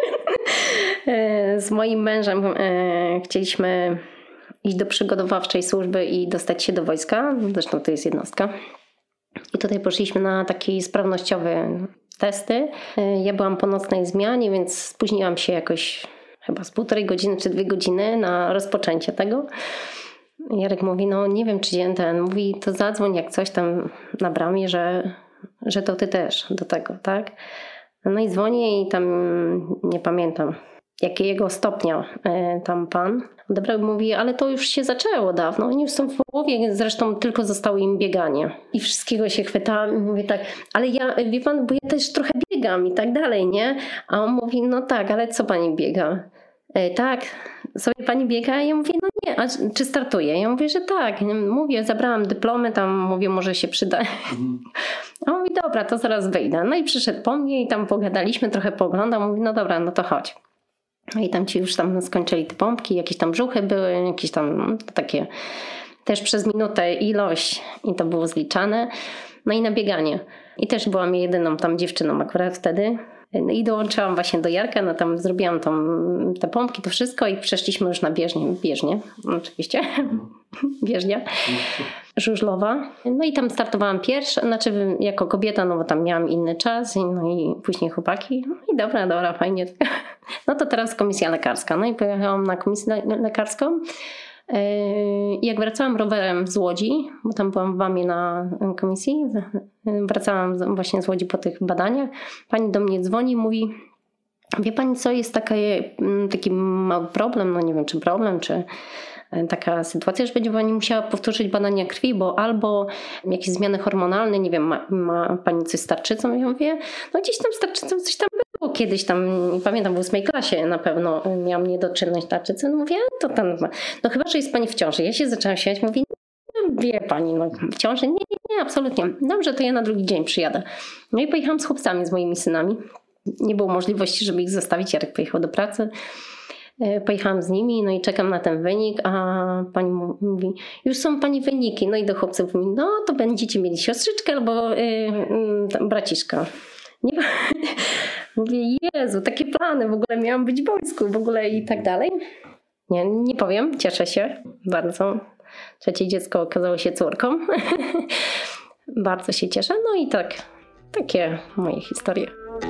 z moim mężem chcieliśmy iść do przygotowawczej służby i dostać się do wojska. Zresztą to jest jednostka. I tutaj poszliśmy na takie sprawnościowe testy. Ja byłam po nocnej zmianie, więc spóźniłam się jakoś chyba z półtorej godziny czy dwie godziny na rozpoczęcie tego. Jarek mówi, no nie wiem czy ten, mówi to zadzwoń jak coś tam na bramie, że, że to ty też do tego, tak? No i dzwonię i tam nie pamiętam jakiego stopnia tam pan odebrał, mówi, ale to już się zaczęło dawno, oni już są w połowie, zresztą tylko zostało im bieganie. I wszystkiego się chwytałam i mówię tak, ale ja, wie pan, bo ja też trochę biegam i tak dalej, nie? A on mówi, no tak, ale co pani biega? E, tak, sobie pani biega? Ja mówię, no nie, a czy startuje? Ja mówię, że tak. Mówię, zabrałam dyplomy, tam mówię, może się przyda. Mhm. A on mówi, dobra, to zaraz wyjdę. No i przyszedł po mnie i tam pogadaliśmy, trochę pooglądał, mówi, no dobra, no to chodź. No i tam ci już tam skończyli te pompki, jakieś tam brzuchy były, jakieś tam takie też przez minutę ilość i to było zliczane. No i na bieganie. I też byłam jedyną tam dziewczyną akurat wtedy. No i dołączyłam właśnie do Jarka, no tam zrobiłam tam te pompki, to wszystko i przeszliśmy już na bieżnię, bieżnię oczywiście, bieżnia żużlowa. No i tam startowałam pierwsza, znaczy jako kobieta, no bo tam miałam inny czas, no i później chłopaki. No i dobra, dobra, fajnie. No to teraz komisja lekarska. No i pojechałam na komisję lekarską. I jak wracałam rowerem z Łodzi, bo tam byłam w Wamie na komisji, wracałam właśnie z Łodzi po tych badaniach, pani do mnie dzwoni i mówi, wie pani co, jest taki, taki mały problem, no nie wiem czy problem, czy taka sytuacja, że będzie pani musiała powtórzyć badania krwi, bo albo jakieś zmiany hormonalne, nie wiem, ma, ma pani coś z tarczycą? Ja mówię, no gdzieś tam z tarczycą coś tam było kiedyś tam, nie pamiętam, w ósmej klasie na pewno miałam niedoczynność tarczycy. No mówię, to tam, no chyba, że jest pani w ciąży. Ja się zaczęłam śmiać, mówię, no, wie pani, no w ciąży? Nie, nie, nie, absolutnie. Dobrze, to ja na drugi dzień przyjadę. No i pojechałam z chłopcami, z moimi synami. Nie było możliwości, żeby ich zostawić. Jarek pojechał do pracy. Pojechałam z nimi, no i czekam na ten wynik, a pani mówi, już są pani wyniki. No i do chłopców mówi, no to będziecie mieli siostrzyczkę albo yy, yy, braciszka. Nie, mówię, Jezu, takie plany, w ogóle miałam być w wojsku, w ogóle i tak dalej. Nie, nie powiem, cieszę się bardzo. Trzecie dziecko okazało się córką. Bardzo się cieszę. No i tak, takie moje historie.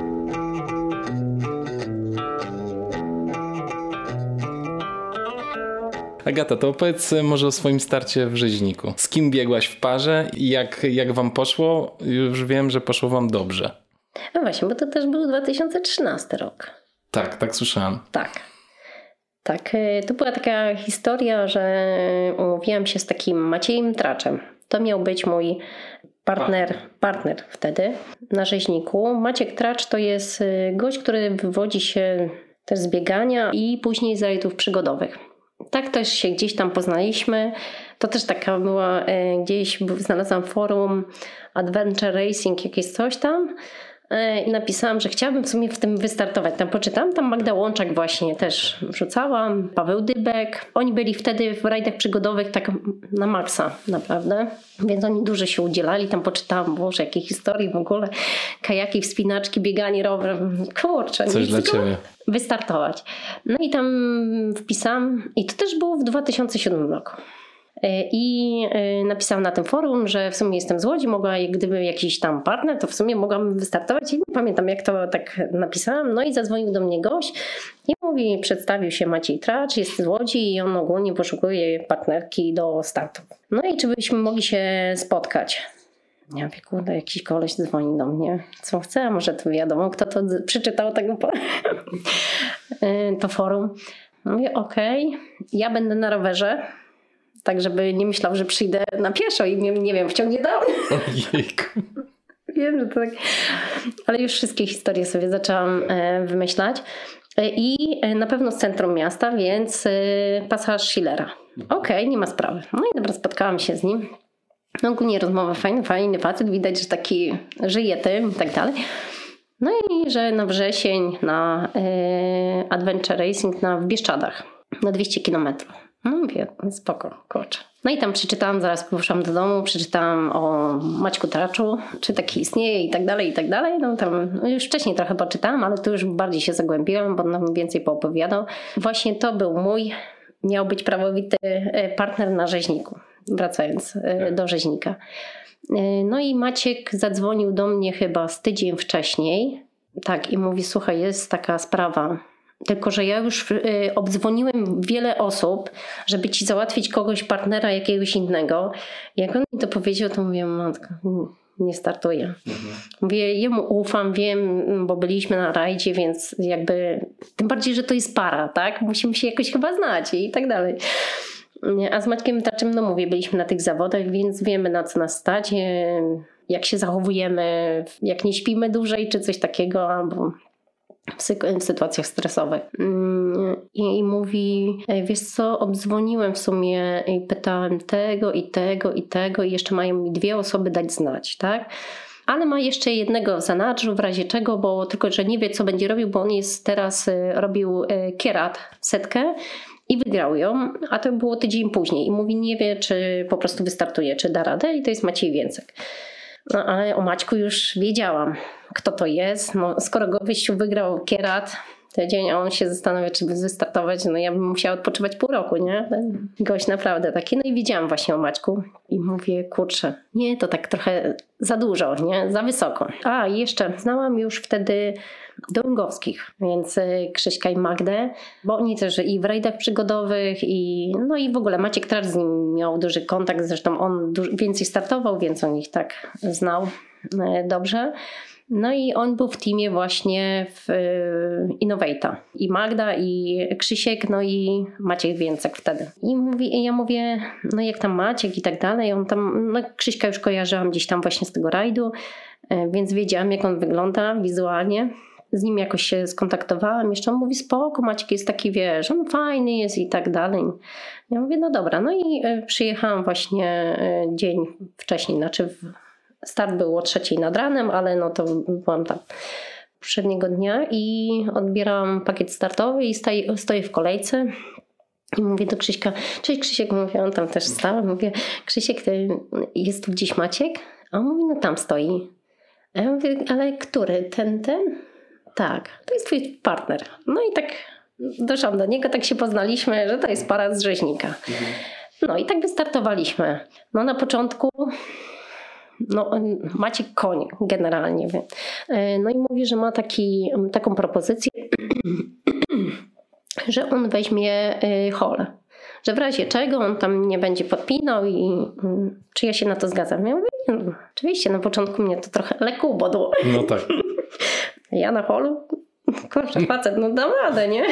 Agata, to opowiedz może o swoim starcie w rzeźniku. Z kim biegłaś w parze i jak, jak wam poszło? Już wiem, że poszło wam dobrze. No właśnie, bo to też był dwa tysiące trzynasty rok. Tak, tak słyszałam. Tak. Tak, to była taka historia, że umówiłam się z takim Maciejem Traczem. To miał być mój partner, partner wtedy na rzeźniku. Maciek Tracz to jest gość, który wywodzi się też z biegania i później z rajdów przygodowych. Tak też się gdzieś tam poznaliśmy. To też taka była, gdzieś znalazłam forum Adventure Racing, jakieś coś tam i napisałam, że chciałabym w sumie w tym wystartować. Tam poczytałam, tam Magda Łączak właśnie też wrzucałam, Paweł Dybek. Oni byli wtedy w rajdach przygodowych tak na maksa naprawdę, więc oni dużo się udzielali. Tam poczytałam, Boże, jakie historie w ogóle, kajaki, wspinaczki, bieganie rowerem. Kurczę, coś dla ciebie. Wystartować. No i tam wpisałam i to też było w dwa tysiące siódmym roku. I napisałam na tym forum, że w sumie jestem z Łodzi, mogła, gdyby jakiś tam partner, to w sumie mogłam wystartować i nie pamiętam jak to tak napisałam. No i zadzwonił do mnie gość i mówi, przedstawił się Maciej Tracz, jest z Łodzi i on ogólnie poszukuje partnerki do startu. No i czy byśmy mogli się spotkać? Ja mówię, kurde, jakiś koleś dzwoni do mnie. Co chce? A może to wiadomo, kto to przeczytał tego to forum. Mówię, okej, okay, ja będę na rowerze, tak żeby nie myślał, że przyjdę na pieszo i mnie, nie wiem, wciągnie do mnie. Ojejku. Wiem, że to tak. Ale już wszystkie historie sobie zaczęłam wymyślać. I na pewno z centrum miasta, więc pasaż Schillera. Okej, okay, nie ma sprawy. No i dobra, spotkałam się z nim. No ogólnie rozmowa fajny, fajny facet, widać, że taki żyje tym i tak dalej. No i że na wrzesień na y, Adventure Racing na w Bieszczadach na dwieście kilometrów. No mówię, spoko, kurczę. No i tam przeczytałam, zaraz poszłam do domu, przeczytałam o Maćku Traczu, czy taki istnieje i tak dalej, i tak dalej. No tam no już wcześniej trochę poczytałam, ale tu już bardziej się zagłębiłam, bo nam więcej poopowiadał. Właśnie to był mój, miał być prawowity partner na rzeźniku, wracając tak. do rzeźnika. No i Maciek zadzwonił do mnie chyba z tydzień wcześniej, tak, i mówi, słuchaj, jest taka sprawa, tylko że ja już y, obdzwoniłem wiele osób, żeby ci załatwić kogoś, partnera jakiegoś innego. Jak on mi to powiedział, to mówię, matko, nie startuję. Mhm. Mówię, jemu ufam, wiem, bo byliśmy na rajdzie, więc jakby, tym bardziej, że to jest para, tak? Musimy się jakoś chyba znać i tak dalej. A z Maćkiem Traczem, no mówię, byliśmy na tych zawodach, więc wiemy, na co nas stać, jak się zachowujemy, jak nie śpimy dłużej, czy coś takiego, albo w sytuacjach stresowych. I, i mówi, wiesz co, obdzwoniłem w sumie i pytałem tego i tego i tego i jeszcze mają mi dwie osoby dać znać, tak? Ale ma jeszcze jednego w zanadrzu, w razie czego, bo tylko, że nie wie, co będzie robił, bo on jest teraz, robił Kierat setkę i wygrał ją, a to było tydzień później i mówi, nie wie, czy po prostu wystartuje, czy da radę i to jest Maciej Więcek. No ale o Maćku już wiedziałam, kto to jest. No, skoro go wyjściu wygrał Kierat tydzień, a on się zastanawia, czy wystartować, no ja bym musiała odpoczywać pół roku, nie? Ten gość naprawdę taki. No i wiedziałam właśnie o Maćku i mówię, kurczę, nie, to tak trochę za dużo, nie? Za wysoko. A i jeszcze znałam już wtedy Dołęgowskich, więc Krzyśka i Magdę, bo oni też i w rajdach przygodowych i no i w ogóle Maciek Tracz z nim miał duży kontakt, zresztą on dużo, więcej startował, więc on ich tak znał dobrze. No i on był w teamie właśnie w Innovate'a. I Magda, i Krzysiek, no i Maciek Więcek wtedy. I, mówi, i ja mówię, no jak tam Maciek i tak dalej. On tam, no Krzyśka już kojarzyłam gdzieś tam właśnie z tego rajdu, więc wiedziałam, jak on wygląda wizualnie. Z nim jakoś się skontaktowałam. Jeszcze on mówi, spoko, Maciek jest taki, wiesz, on fajny jest i tak dalej. Ja mówię, no dobra. No i przyjechałam właśnie dzień wcześniej, znaczy w start był o trzeciej nad ranem, ale no to byłam tam poprzedniego dnia i odbierałam pakiet startowy i stoję, stoję w kolejce i mówię do Krzyśka, cześć Krzysiek, mówię, on tam też stał, mówię, Krzysiek, ty, jest tu gdzieś Maciek? A on mówi, no tam stoi. A ja mówię, ale który? Ten, ten? Tak, to jest twój partner. No i tak doszłam do niego, tak się poznaliśmy, że to jest para z rzeźnika. No i tak wystartowaliśmy. No na początku no Maciek koń generalnie. No i mówi, że ma taki, taką propozycję, że on weźmie hol. Że w razie czego on tam nie będzie podpinał i czy ja się na to zgadzam. Ja mówię, no, oczywiście na początku mnie to trochę lekko ubodło. No tak. Ja na holu? Kurczę, facet, no dam radę, nie?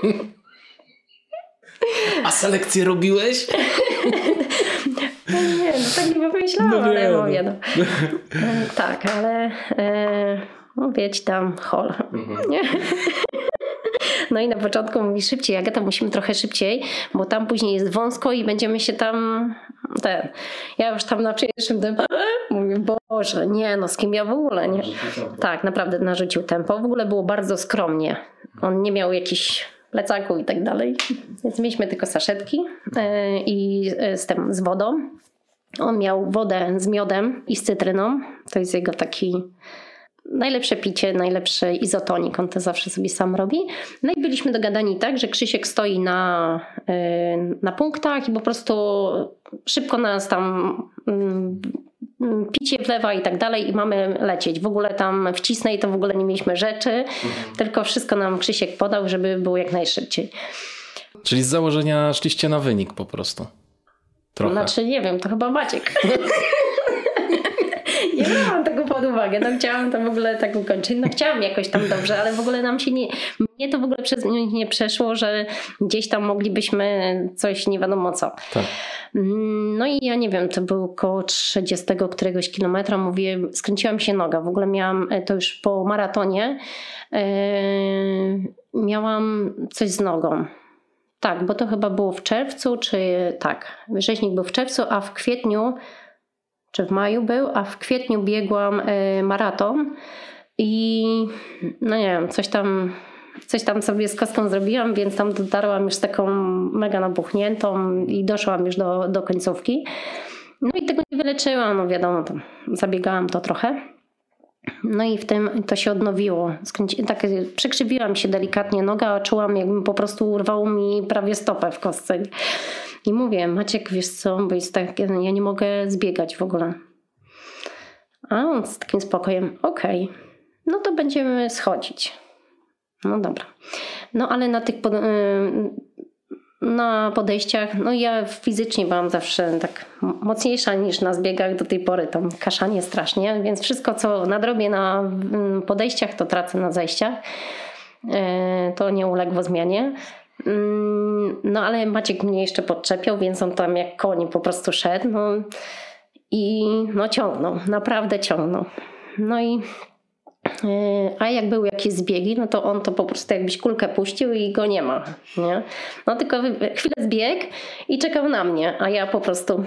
A selekcję robiłeś? No nie, no tak nie pomyślałam, no ale nie, mówię, no. Tak, ale e, mówię ci tam hol. Mhm. Nie? No i na początku mówi szybciej, Agata, musimy trochę szybciej, bo tam później jest wąsko i będziemy się tam ten. Ja już tam na pierwszym tempie mówię, Boże, nie no, z kim ja w ogóle, nie? Tak, naprawdę narzucił tempo. W ogóle było bardzo skromnie. On nie miał jakichś plecaków i tak dalej. Więc mieliśmy tylko saszetki yy, i z, tym, z wodą. On miał wodę z miodem i z cytryną. To jest jego taki najlepsze picie, najlepszy izotonik, on to zawsze sobie sam robi. No i byliśmy dogadani tak, że Krzysiek stoi na, na punktach i po prostu szybko nas tam picie wlewa i tak dalej i mamy lecieć. W ogóle tam wcisnę i to w ogóle nie mieliśmy rzeczy, mhm. tylko wszystko nam Krzysiek podał, żeby było jak najszybciej. Czyli z założenia szliście na wynik po prostu. Trochę. Znaczy nie wiem, to chyba Maciek. Nie miałam tego pod uwagę, no chciałam to w ogóle tak ukończyć. No chciałam jakoś tam dobrze, ale w ogóle nam się nie, mnie to w ogóle przez mnie nie przeszło, że gdzieś tam moglibyśmy coś nie wiadomo co. Tak. No i ja nie wiem, to było około trzydziestego któregoś kilometra, mówię, skręciłam się noga. W ogóle miałam, to już po maratonie, yy, miałam coś z nogą. Tak, bo to chyba było w czerwcu, czy tak, rzeźnik był w czerwcu, a w kwietniu czy w maju był, a w kwietniu biegłam y, maraton i no nie wiem, coś tam, coś tam sobie z kostką zrobiłam, więc tam dotarłam już z taką mega nabuchniętą i doszłam już do, do końcówki. No i tego nie wyleczyłam, no wiadomo, to zabiegałam to trochę. No i w tym to się odnowiło. Skręci, tak przykrzywiłam się delikatnie noga, a czułam jakbym po prostu urwało mi prawie stopę w kostce. I mówię, Maciek, wiesz co, bo jest tak, ja nie mogę zbiegać w ogóle. A on z takim spokojem, okej, okay, no to będziemy schodzić. No dobra. No ale na tych pod, na podejściach, no ja fizycznie byłam zawsze tak mocniejsza niż na zbiegach do tej pory, tam kaszanie strasznie, więc wszystko co nadrobię na podejściach, to tracę na zejściach. To nie uległo zmianie. No ale Maciek mnie jeszcze podczepiał, więc on tam jak koń po prostu szedł, no i no ciągnął, naprawdę ciągnął. No i a jak były jakieś zbiegi, no to on to po prostu jakbyś kulkę puścił i go nie ma, nie? No tylko chwilę zbieg i czekał na mnie, a ja po prostu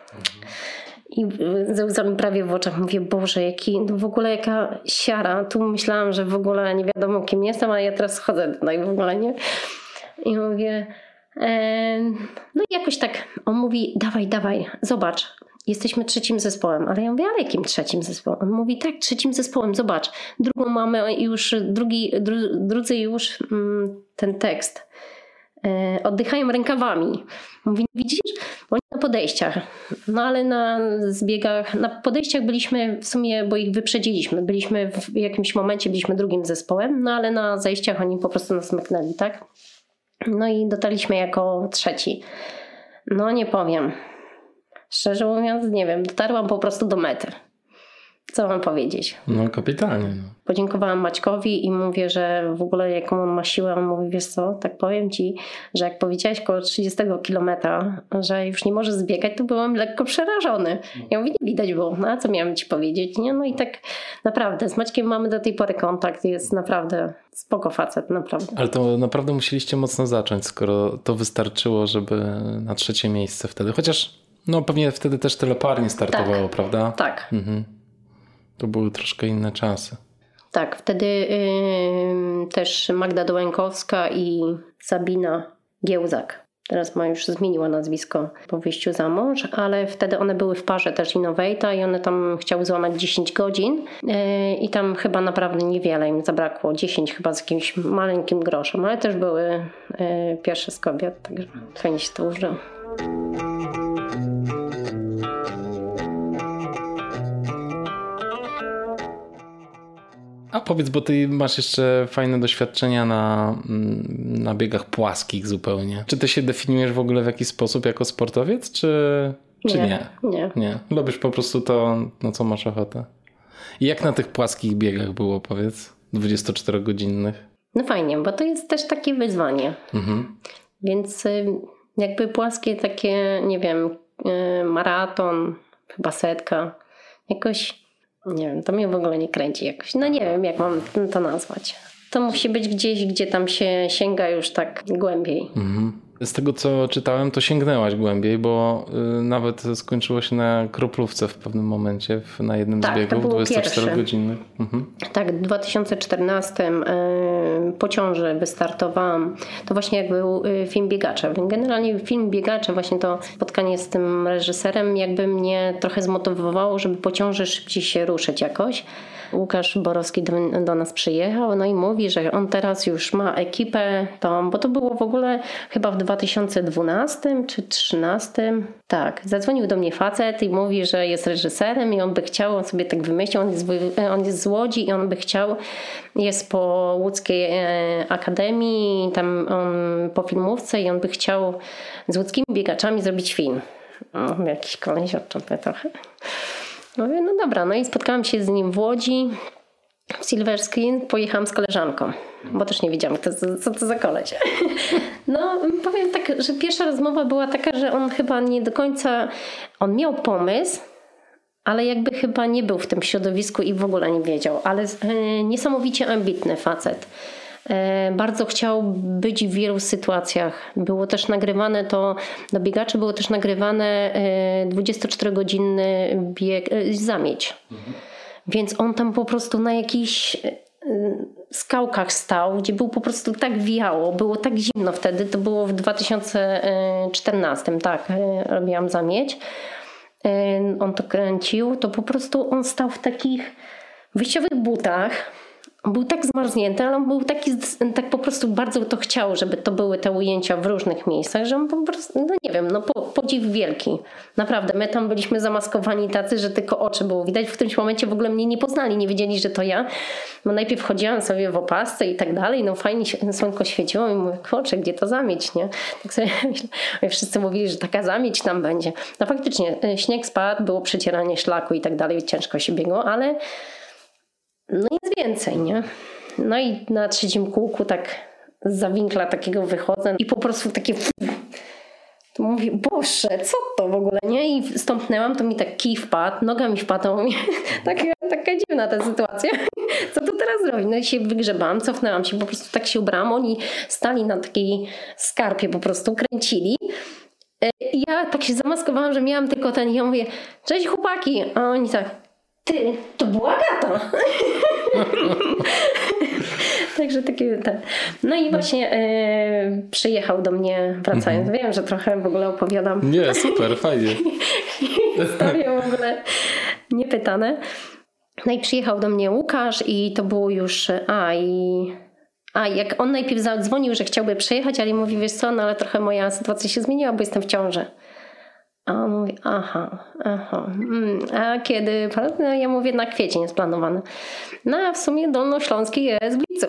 i ze łzami prawie w oczach mówię, Boże, jaki, no w ogóle jaka siara, tu myślałam, że w ogóle nie wiadomo kim jestem, a ja teraz chodzę tutaj w ogóle, nie? I mówię, e, no i jakoś tak, on mówi, dawaj, dawaj, zobacz, jesteśmy trzecim zespołem. Ale ja mówię, ale jakim trzecim zespołem? On mówi, tak, trzecim zespołem, zobacz, drugą mamy już, drugi, dru, drudzy już mm, ten tekst, e, oddychają rękawami. Mówi, widzisz, oni na podejściach, no ale na zbiegach, na podejściach byliśmy w sumie, bo ich wyprzedziliśmy, byliśmy w jakimś momencie, byliśmy drugim zespołem, no ale na zejściach oni po prostu nas myknęli, tak? No i dotarliśmy jako trzeci. No nie powiem. Szczerze mówiąc, nie wiem, dotarłam po prostu do mety. Co mam powiedzieć? No kapitalnie. No. Podziękowałam Maćkowi i mówię, że w ogóle jaką on ma siłę. On mówi, wiesz co, tak powiem ci, że jak powiedziałeś koło trzydziestego kilometra, że już nie możesz zbiegać, to byłam lekko przerażony. Ja mówię, nie widać było, no a co miałam ci powiedzieć? Nie? No i tak naprawdę z Maćkiem mamy do tej pory kontakt. Jest naprawdę spoko facet, naprawdę. Ale to naprawdę musieliście mocno zacząć, skoro to wystarczyło, żeby na trzecie miejsce wtedy. Chociaż no pewnie wtedy też tyle par nie startowało, tak, prawda? Tak. Mhm. To były troszkę inne czasy. Tak, wtedy yy, też Magda Dołękowska i Sabina Giełzak. Teraz ma już zmieniła nazwisko po wyjściu za mąż, ale wtedy one były w parze też Innovata i one tam chciały złamać dziesięć godzin yy, i tam chyba naprawdę niewiele im zabrakło. dziesięć chyba z jakimś maleńkim groszem, ale też były yy, pierwsze z kobiet, także fajnie się to użyło. A powiedz, bo ty masz jeszcze fajne doświadczenia na, na biegach płaskich zupełnie. Czy ty się definiujesz w ogóle w jakiś sposób jako sportowiec, czy, czy nie? Nie, nie. Nie. Lubisz po prostu to, na co masz ochotę. I jak na tych płaskich biegach było, powiedz, dwudziestoczterogodzinnych? No fajnie, bo to jest też takie wyzwanie. Mhm. Więc jakby płaskie takie, nie wiem, maraton, chyba setka, jakoś... Nie wiem, to mnie w ogóle nie kręci jakoś. No nie wiem, jak mam to nazwać. To musi być gdzieś, gdzie tam się sięga już tak głębiej. Mhm. Z tego, co czytałem, to sięgnęłaś głębiej, bo y, nawet skończyło się na kroplówce w pewnym momencie, w, na jednym tak, z biegów dwudziestoczterogodzinnych. Mhm. Tak, w dwa tysiące czternastym y, po ciąży wystartowałam. To właśnie jak był y, film Biegacze. Generalnie film Biegacze, właśnie to spotkanie z tym reżyserem jakby mnie trochę zmotywowało, żeby po ciąży szybciej się ruszyć jakoś. Łukasz Borowski do, do nas przyjechał, no i mówi, że on teraz już ma ekipę tą, bo to było w ogóle chyba w dwa tysiące dwunastym czy trzynastym. Tak, zadzwonił do mnie facet i mówi, że jest reżyserem i on by chciał, on sobie tak wymyślił, on jest, on jest z Łodzi i on by chciał, jest po Łódzkiej Akademii, tam on po filmówce i on by chciał z łódzkimi biegaczami zrobić film. O, jakiś koleś odczepy trochę. Mówię, no dobra, no i spotkałam się z nim w Łodzi, w Silver Screen, pojechałam z koleżanką, bo też nie wiedziałam, kto, co to za koleś. No powiem tak, że pierwsza rozmowa była taka, że on chyba nie do końca, on miał pomysł, ale jakby chyba nie był w tym środowisku i w ogóle nie wiedział, ale e, niesamowicie ambitny facet. Bardzo chciał być w wielu sytuacjach. Było też nagrywane to, do biegaczy było też nagrywane dwudziestoczterogodzinny bieg, zamieć. Mhm. Więc on tam po prostu na jakichś skałkach stał, gdzie był po prostu tak wiało, było tak zimno wtedy, to było w dwa tysiące czternastym, tak, robiłam zamieć. On to kręcił, to po prostu on stał w takich wyjściowych butach. On był tak zmarznięty, ale on był taki, tak po prostu bardzo to chciał, żeby to były te ujęcia w różnych miejscach, że on po prostu, no nie wiem, no po, podziw wielki. Naprawdę, my tam byliśmy zamaskowani tacy, że tylko oczy było widać. W którymś momencie w ogóle mnie nie poznali, nie wiedzieli, że to ja. Bo najpierw chodziłam sobie w opasce i tak dalej, no fajnie słonko świeciło i mówię, kurczę, gdzie to zamieć, nie? Tak sobie myślę, wszyscy mówili, że taka zamieć tam będzie. No faktycznie, śnieg spadł, było przecieranie szlaku i tak dalej, ciężko się biegło, ale no jest więcej, nie? No i na trzecim kółku tak z zawinkla takiego wychodzę i po prostu takie to mówię, Boże, co to w ogóle, nie? I stąpnęłam, to mi tak kij wpadł, noga mi wpadła, taka, taka dziwna ta sytuacja. Co tu teraz zrobić? No i się wygrzebałam, cofnęłam się, po prostu tak się ubrałam, oni stali na takiej skarpie, po prostu kręcili. I ja tak się zamaskowałam, że miałam tylko ten, i ja mówię, cześć chłopaki, a oni tak, ty, to była Agata. Także takie tak. No i właśnie e, przyjechał do mnie wracając. Mm-hmm. Wiem, że trochę w ogóle opowiadam. Nie, super, fajnie. Historie w ogóle niepytane. No i przyjechał do mnie Łukasz i to było już, a i a jak on najpierw zadzwonił, że chciałby przyjechać, ale mówi, wiesz co, no ale trochę moja sytuacja się zmieniła, bo jestem w ciąży. A on mówi, aha, aha, mm, a kiedy? No ja mówię, na kwiecień jest planowane. No a w sumie Dolnośląski jest w lipcu.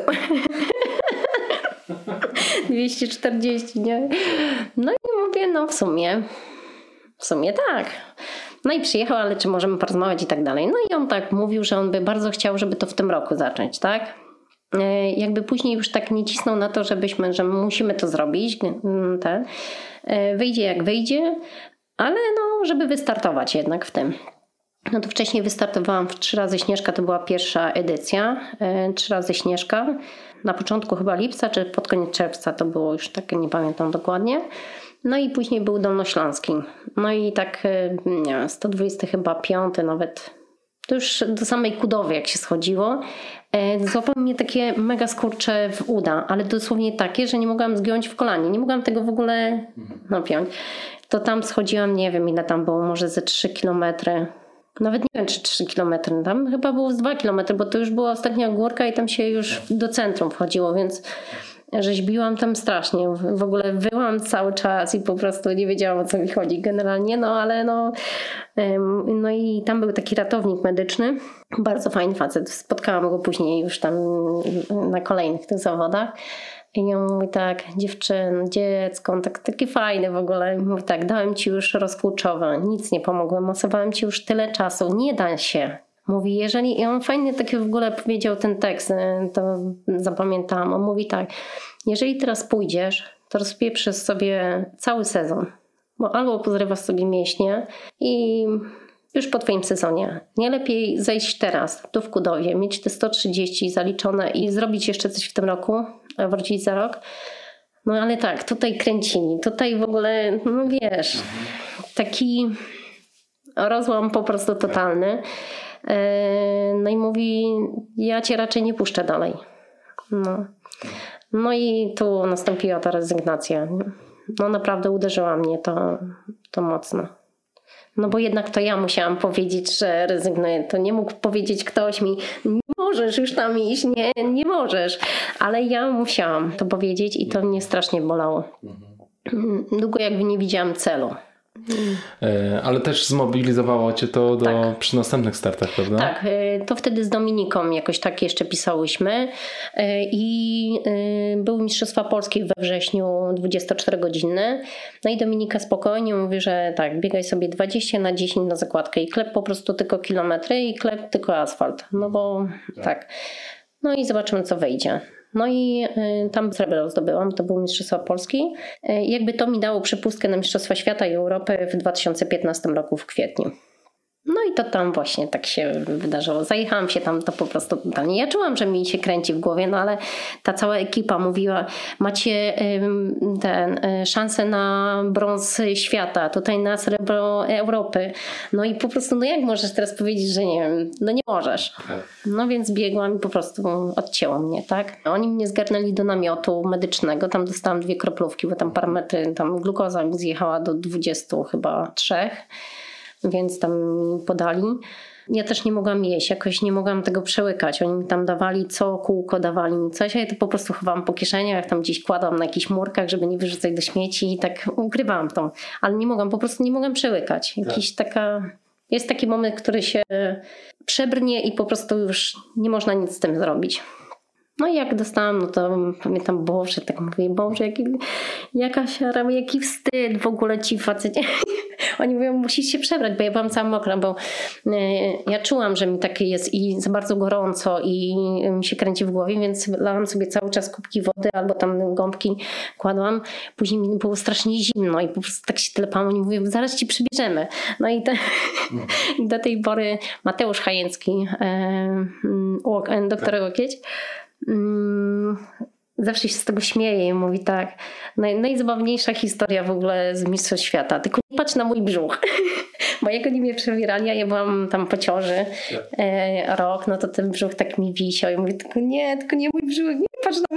dwieście czterdzieści, nie? No i mówię, no w sumie, w sumie tak. No i przyjechał, ale czy możemy porozmawiać i tak dalej. No i on tak mówił, że on by bardzo chciał, żeby to w tym roku zacząć, tak? Jakby później już tak nie cisnął na to, żebyśmy, że musimy to zrobić. Te. Wyjdzie jak wyjdzie. Ale no, żeby wystartować jednak w tym. No to wcześniej wystartowałam w Trzy razy Śnieżka, to była pierwsza edycja. Trzy razy Śnieżka. Na początku chyba lipca, czy pod koniec czerwca to było już tak, nie pamiętam dokładnie. No i później był Dolnośląski. No i tak, nie wiem, sto dwudziesty chyba piąty nawet. To już do samej Kudowy jak się schodziło. Złapały mnie takie mega skurcze w uda, ale dosłownie takie, że nie mogłam zgiąć w kolanie. Nie mogłam tego w ogóle napiąć. To tam schodziłam, nie wiem ile tam było, może ze trzy kilometry. Nawet nie wiem czy trzy kilometry. Tam chyba było z dwa kilometry, bo to już była ostatnia górka i tam się już do centrum wchodziło, więc rzeźbiłam tam strasznie. W ogóle wyłam cały czas i po prostu nie wiedziałam o co mi chodzi generalnie, no ale no no i tam był taki ratownik medyczny, bardzo fajny facet. Spotkałam go później już tam na kolejnych tych zawodach. I on mówi tak, dziewczyn, dziecko, on tak, taki fajny w ogóle. I mówi tak, dałem ci już rozkurczowe, nic nie pomogło, masowałem ci już tyle czasu, nie da się. Mówi, jeżeli, i on fajnie taki w ogóle powiedział ten tekst, to zapamiętałam. On mówi tak, jeżeli teraz pójdziesz, to rozpieprzysz sobie cały sezon, bo albo pozrywasz sobie mięśnie i już po twoim sezonie. Nie lepiej zejść teraz, tu w Kudowie, mieć te sto trzydzieści zaliczone i zrobić jeszcze coś w tym roku, a wrócić za rok. No ale tak, tutaj kręcili, tutaj w ogóle, no wiesz, taki rozłam po prostu totalny. No i mówi, ja cię raczej nie puszczę dalej. No, no i tu nastąpiła ta rezygnacja. No naprawdę uderzyła mnie to, to mocno. No bo jednak to ja musiałam powiedzieć, że rezygnuję. To nie mógł powiedzieć ktoś mi, nie możesz już tam iść, nie, nie możesz. Ale ja musiałam to powiedzieć i to mnie strasznie bolało. Długo jakby nie widziałam celu. Ale też zmobilizowało cię to do, tak. przy następnych startach, prawda? Tak, to wtedy z Dominiką jakoś tak jeszcze pisałyśmy i były Mistrzostwa Polski we wrześniu dwudziestoczterogodzinne. No i Dominika spokojnie mówi, że tak, biegaj sobie dwadzieścia na dziesięć na zakładkę i klep po prostu tylko kilometry i klep tylko asfalt. No bo tak. tak. No i zobaczymy, co wyjdzie. No i y, tam srebro zdobyłam, to były Mistrzostwa Polski. Y, jakby to mi dało przepustkę na Mistrzostwa Świata i Europy w dwa tysiące piętnastym roku w kwietniu. No i to tam właśnie tak się wydarzyło. Zajechałam się tam to po prostu totalnie. Ja czułam, że mi się kręci w głowie, no ale ta cała ekipa mówiła, macie ten, szansę na brąz świata, tutaj na srebro Europy. No i po prostu, no jak możesz teraz powiedzieć, że nie wiem, no nie możesz. No więc biegłam i po prostu odcięło mnie, tak? Oni mnie zgarnęli do namiotu medycznego, tam dostałam dwie kroplówki, bo tam parametry, tam glukoza mi zjechała do dwudziestu chyba trzech. Więc tam podali. Ja też nie mogłam jeść, jakoś nie mogłam tego przełykać. Oni mi tam dawali co kółko, dawali mi coś, a ja to po prostu chowałam po kieszeniach, tam gdzieś kładłam na jakichś murkach, żeby nie wyrzucać do śmieci i tak ukrywałam to. Ale nie mogłam, po prostu nie mogłam przełykać. Jakiś taka... Jest taki moment, który się przebrnie i po prostu już nie można nic z tym zrobić. No i jak dostałam, no to pamiętam, Boże, tak mówię, Boże, jaki, jaka siara, jaki wstyd w ogóle ci facet. Oni mówią, musisz się przebrać, bo ja byłam cała mokra, bo ja czułam, że mi takie jest i za bardzo gorąco i mi się kręci w głowie, więc lałam sobie cały czas kubki wody albo tam gąbki kładłam. Później mi było strasznie zimno i po prostu tak się telepałam. Oni mówią, zaraz ci przybierzemy. No i, te, i do tej pory Mateusz Hajęcki, e, doktor Łokieć, zawsze się z tego śmieje i mówi tak, naj, najzabawniejsza historia w ogóle z Mistrzostw Świata, tylko nie patrz na mój brzuch, bo jak oni mnie przebierali, a ja byłam tam po ciąży e, rok, no to ten brzuch tak mi wisiał i mówię, tylko nie, tylko nie mój brzuch, nie patrz na mój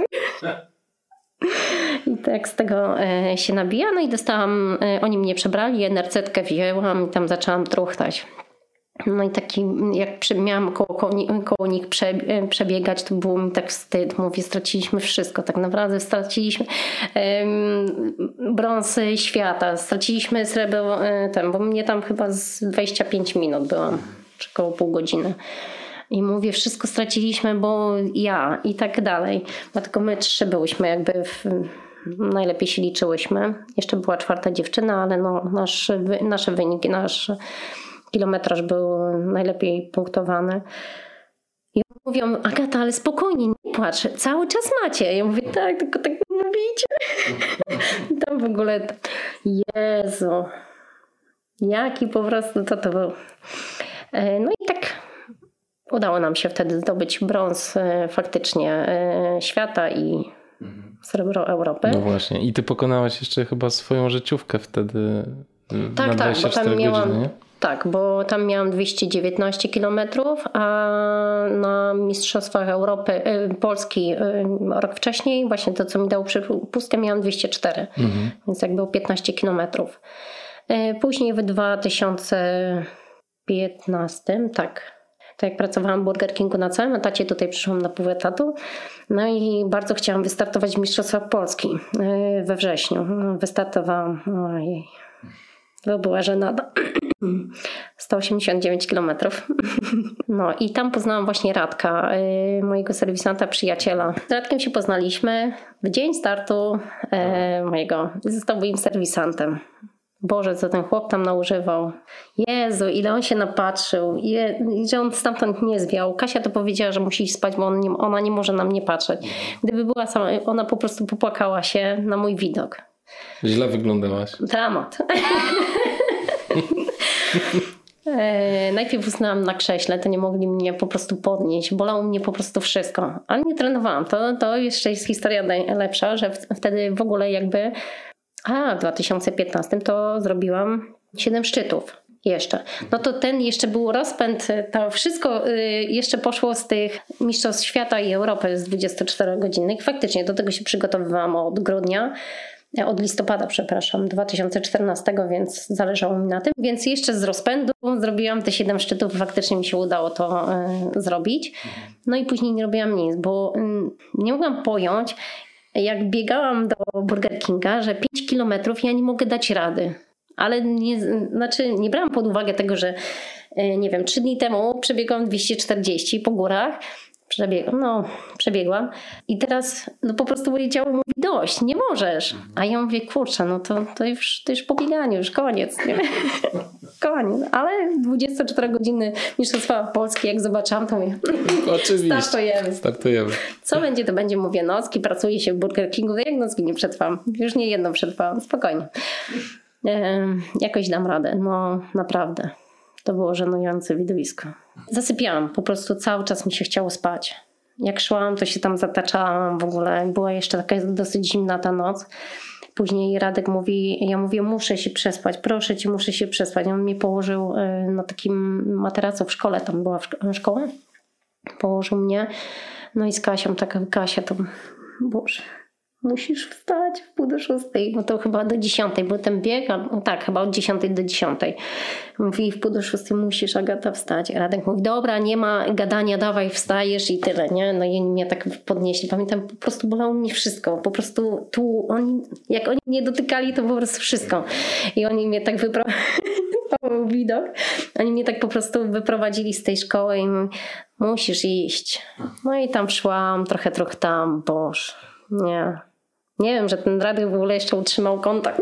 i tak z tego e, się nabija, no i dostałam, e, oni mnie przebrali, en er zetkę wzięłam i tam zaczęłam truchtać. No i taki, jak miałam koło, koło nich przebiegać, to było mi tak wstyd. Mówię, straciliśmy wszystko. Tak naprawdę straciliśmy um, brąz świata, straciliśmy srebro, ten, bo mnie tam chyba z dwadzieścia pięć minut byłam, czy około pół godziny. I mówię, wszystko straciliśmy, bo ja i tak dalej. Dlatego my trzy byłyśmy jakby w... Najlepiej się liczyłyśmy. Jeszcze była czwarta dziewczyna, ale no, nasz, nasze wyniki, nasz kilometraż był najlepiej punktowany. I mówią, Agata, ale spokojnie, nie płacz, cały czas macie. Ja mówię, tak, tylko tak mówicie. I tam w ogóle, Jezu, jaki po prostu to to był. No i tak udało nam się wtedy zdobyć brąz faktycznie świata i srebro Europy. No właśnie, i ty pokonałaś jeszcze chyba swoją życiówkę wtedy tak, na dwadzieścia cztery tak, bo tam miałam, godziny, nie? Tak, bo tam miałam dwieście dziewiętnaście kilometrów, a na Mistrzostwach Europy, y, Polski y, rok wcześniej, właśnie to, co mi dało przepustkę, miałam dwieście cztery, mhm. Więc jak było piętnaście kilometrów. Y, później w dwa tysiące piętnastym, tak, to jak pracowałam w Burger Kingu na całym etacie, tutaj przyszłam na pół etatu. No i bardzo chciałam wystartować w Mistrzostwach Polski y, we wrześniu. Wystartowałam, ojej. To była żenada. sto osiemdziesiąt dziewięć kilometrów. No i tam poznałam właśnie Radka, mojego serwisanta, przyjaciela. Z Radkiem się poznaliśmy w dzień startu mojego. Został moim serwisantem. Boże, co ten chłop tam naużywał. Jezu, ile on się napatrzył. Je, że on stamtąd nie zwiał. Kasia to powiedziała, że musi spać, bo on nie, ona nie może na mnie patrzeć. Gdyby była sama, ona po prostu popłakała się na mój widok. Źle wyglądałaś. Dramat. e, najpierw usnęłam na krześle, to nie mogli mnie po prostu podnieść. Bolało mnie po prostu wszystko. Ale nie trenowałam. To, to jeszcze jest historia najlepsza, że w, wtedy w ogóle jakby a w dwa tysiące piętnastym to zrobiłam siedem szczytów. Jeszcze. No to ten jeszcze był rozpęd, to wszystko jeszcze poszło z tych Mistrzostw Świata i Europy z dwudziestoczterogodzinnych. Faktycznie do tego się przygotowywałam od grudnia. od listopada, przepraszam, dwa tysiące czternastego, więc zależało mi na tym. Więc jeszcze z rozpędu zrobiłam te siedem szczytów, faktycznie mi się udało to y, zrobić. No i później nie robiłam nic, bo y, nie mogłam pojąć, jak biegałam do Burger Kinga, że pięć kilometrów ja nie mogę dać rady. Ale nie, znaczy nie brałam pod uwagę tego, że y, nie wiem, trzy dni temu przebiegłam dwieście czterdzieści po górach. Przebiegłam, no przebiegłam i teraz no po prostu moje ciało mówi dość, nie możesz. A ja mówię, kurczę, no to, to, już, to już po bieganiu, już koniec. Nie? Koniec. Ale dwadzieścia cztery godziny Mistrzostwa Polski, jak zobaczyłam, to mówię, oczywiście. Startujemy. Startujemy. Co będzie, to będzie, mówię, nocki, pracuje się w Burger Kingu, jak nocki nie przetrwam. Już nie jedną przetrwałam, spokojnie. E, jakoś dam radę, no naprawdę. To było żenujące widowisko. Zasypiałam, po prostu cały czas mi się chciało spać. Jak szłam, to się tam zataczałam w ogóle. Była jeszcze taka dosyć zimna ta noc. Później Radek mówi, ja mówię, muszę się przespać, proszę cię, muszę się przespać. On mnie położył na takim materacu w szkole, tam była szkoła. Położył mnie. No i z Kasią, taka Kasia to, Boże, musisz wstać w pół do szóstej, bo to chyba do dziesiątej, bo ten bieg, no tak, chyba od dziesiątej do dziesiątej. Mówi, w pół do szóstej musisz, Agata, wstać. Radek mówi, dobra, nie ma gadania, dawaj, wstajesz i tyle, nie? No i oni mnie tak podnieśli. Pamiętam, po prostu bolało mnie wszystko. Po prostu tu oni, jak oni mnie dotykali, to po prostu wszystko. I oni mnie tak wyprowadzili, to był widok. Oni mnie tak po prostu wyprowadzili z tej szkoły i mówi, musisz iść. No i tam szłam, trochę, trochę tam, boż, nie. Nie wiem, że ten Radek w ogóle jeszcze utrzymał kontakt.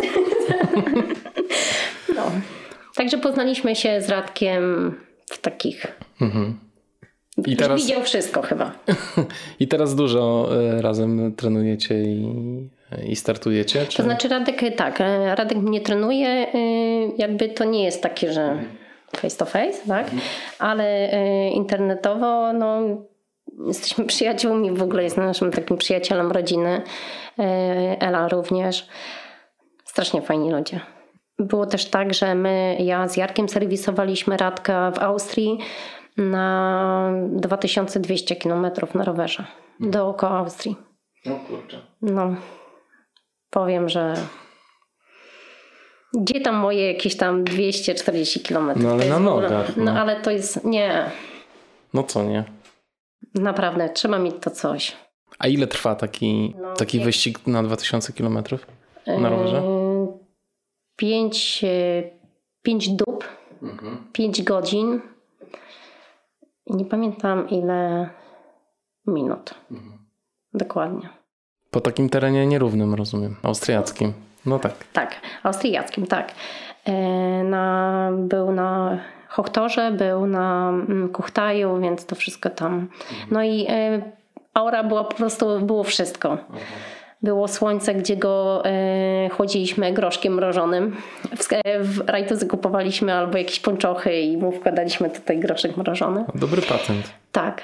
No. Także poznaliśmy się z Radkiem w takich... Mhm. I teraz... widział wszystko chyba. I teraz dużo razem trenujecie i, i startujecie? Czy... To znaczy Radek, tak, Radek mnie trenuje. Jakby to nie jest takie, że face to face, tak? Mhm. Ale internetowo, no... Jesteśmy przyjaciółmi, w ogóle jest naszym takim przyjacielem rodziny. Ela również. Strasznie fajni ludzie. Było też tak, że my, ja z Jarkiem serwisowaliśmy Radka w Austrii na dwa tysiące dwieście kilometrów na rowerze. Dookoła Austrii. No kurczę. No. Powiem, że gdzie tam moje jakieś tam dwieście czterdzieści kilometrów? No ale na nogach. No. no ale to jest, nie. No co nie? Naprawdę, trzeba mieć to coś. A ile trwa taki, no, taki wyścig na dwa tysiące kilometrów na rowerze? Pięć, pięć dób, mhm. pięć godzin. Nie pamiętam ile minut. Mhm. Dokładnie. Po takim terenie nierównym, rozumiem. Austriackim. No tak. Tak, austriackim, tak. Na, był na Hochtorze, był na Kuchtaju, więc to wszystko tam. No i aura była po prostu, było wszystko. Było słońce, gdzie go e, chłodziliśmy groszkiem mrożonym. W, w rajtuzy kupowaliśmy albo jakieś ponczochy i mu wkładaliśmy tutaj groszek mrożony. Dobry patent. Tak.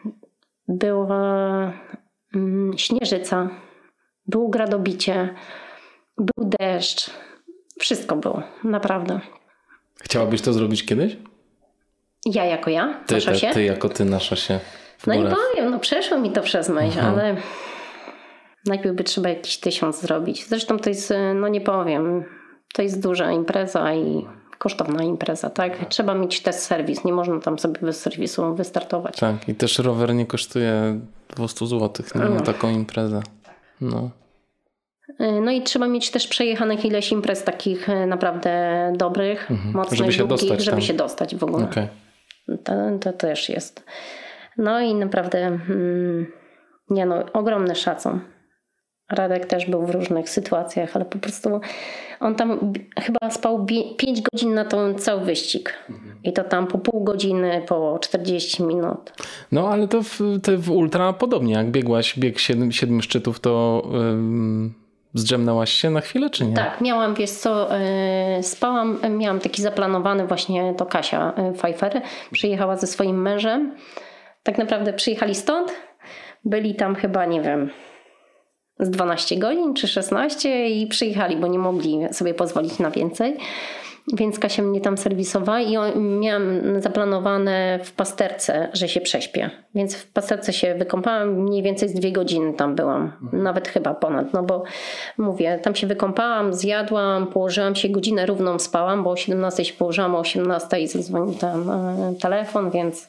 Była mm, śnieżyca, było gradobicie, był deszcz. Wszystko było, naprawdę. Chciałabyś to zrobić kiedyś? Ja jako ja? Ty, ty, ty jako ty na szosie. No nie powiem, no przeszło mi to przez myśl, mhm. ale najpierw by trzeba jakiś tysiąc zrobić. Zresztą to jest, no nie powiem, to jest duża impreza i kosztowna impreza, tak? Trzeba mieć też serwis, nie można tam sobie bez serwisu wystartować. Tak, i też rower nie kosztuje dwieście złotych na no. taką imprezę. No. No i trzeba mieć też przejechanych ileś imprez takich naprawdę dobrych, mhm. mocnych, żeby się długich, dostać żeby tam. się dostać w ogóle. Okay. To, to też jest. No i naprawdę mm, nie no, ogromny szacun. Radek też był w różnych sytuacjach, ale po prostu on tam chyba spał pięć godzin na ten cały wyścig. Mhm. I to tam po pół godziny, po czterdzieści minut. No ale to w, to w ultra podobnie. Jak biegłaś bieg siedem, siedmiu szczytów, to ym, zdrzemnęłaś się na chwilę, czy nie? Tak, miałam, wiesz co, yy, spałam, miałam taki zaplanowany właśnie, to Kasia yy, Pfeiffer przyjechała ze swoim mężem. Tak naprawdę przyjechali stąd, byli tam chyba, nie wiem, z dwanaście godzin czy szesnaście i przyjechali, bo nie mogli sobie pozwolić na więcej. Więc Kasia mnie tam serwisowała i miałam zaplanowane w pasterce, że się prześpię. Więc w pasterce się wykąpałam, mniej więcej z dwie godziny tam byłam. Nawet chyba ponad, no bo mówię, tam się wykąpałam, zjadłam, położyłam się, godzinę równą spałam, bo o siedemnastej się położyłam, o osiemnastej zadzwonił tam telefon, więc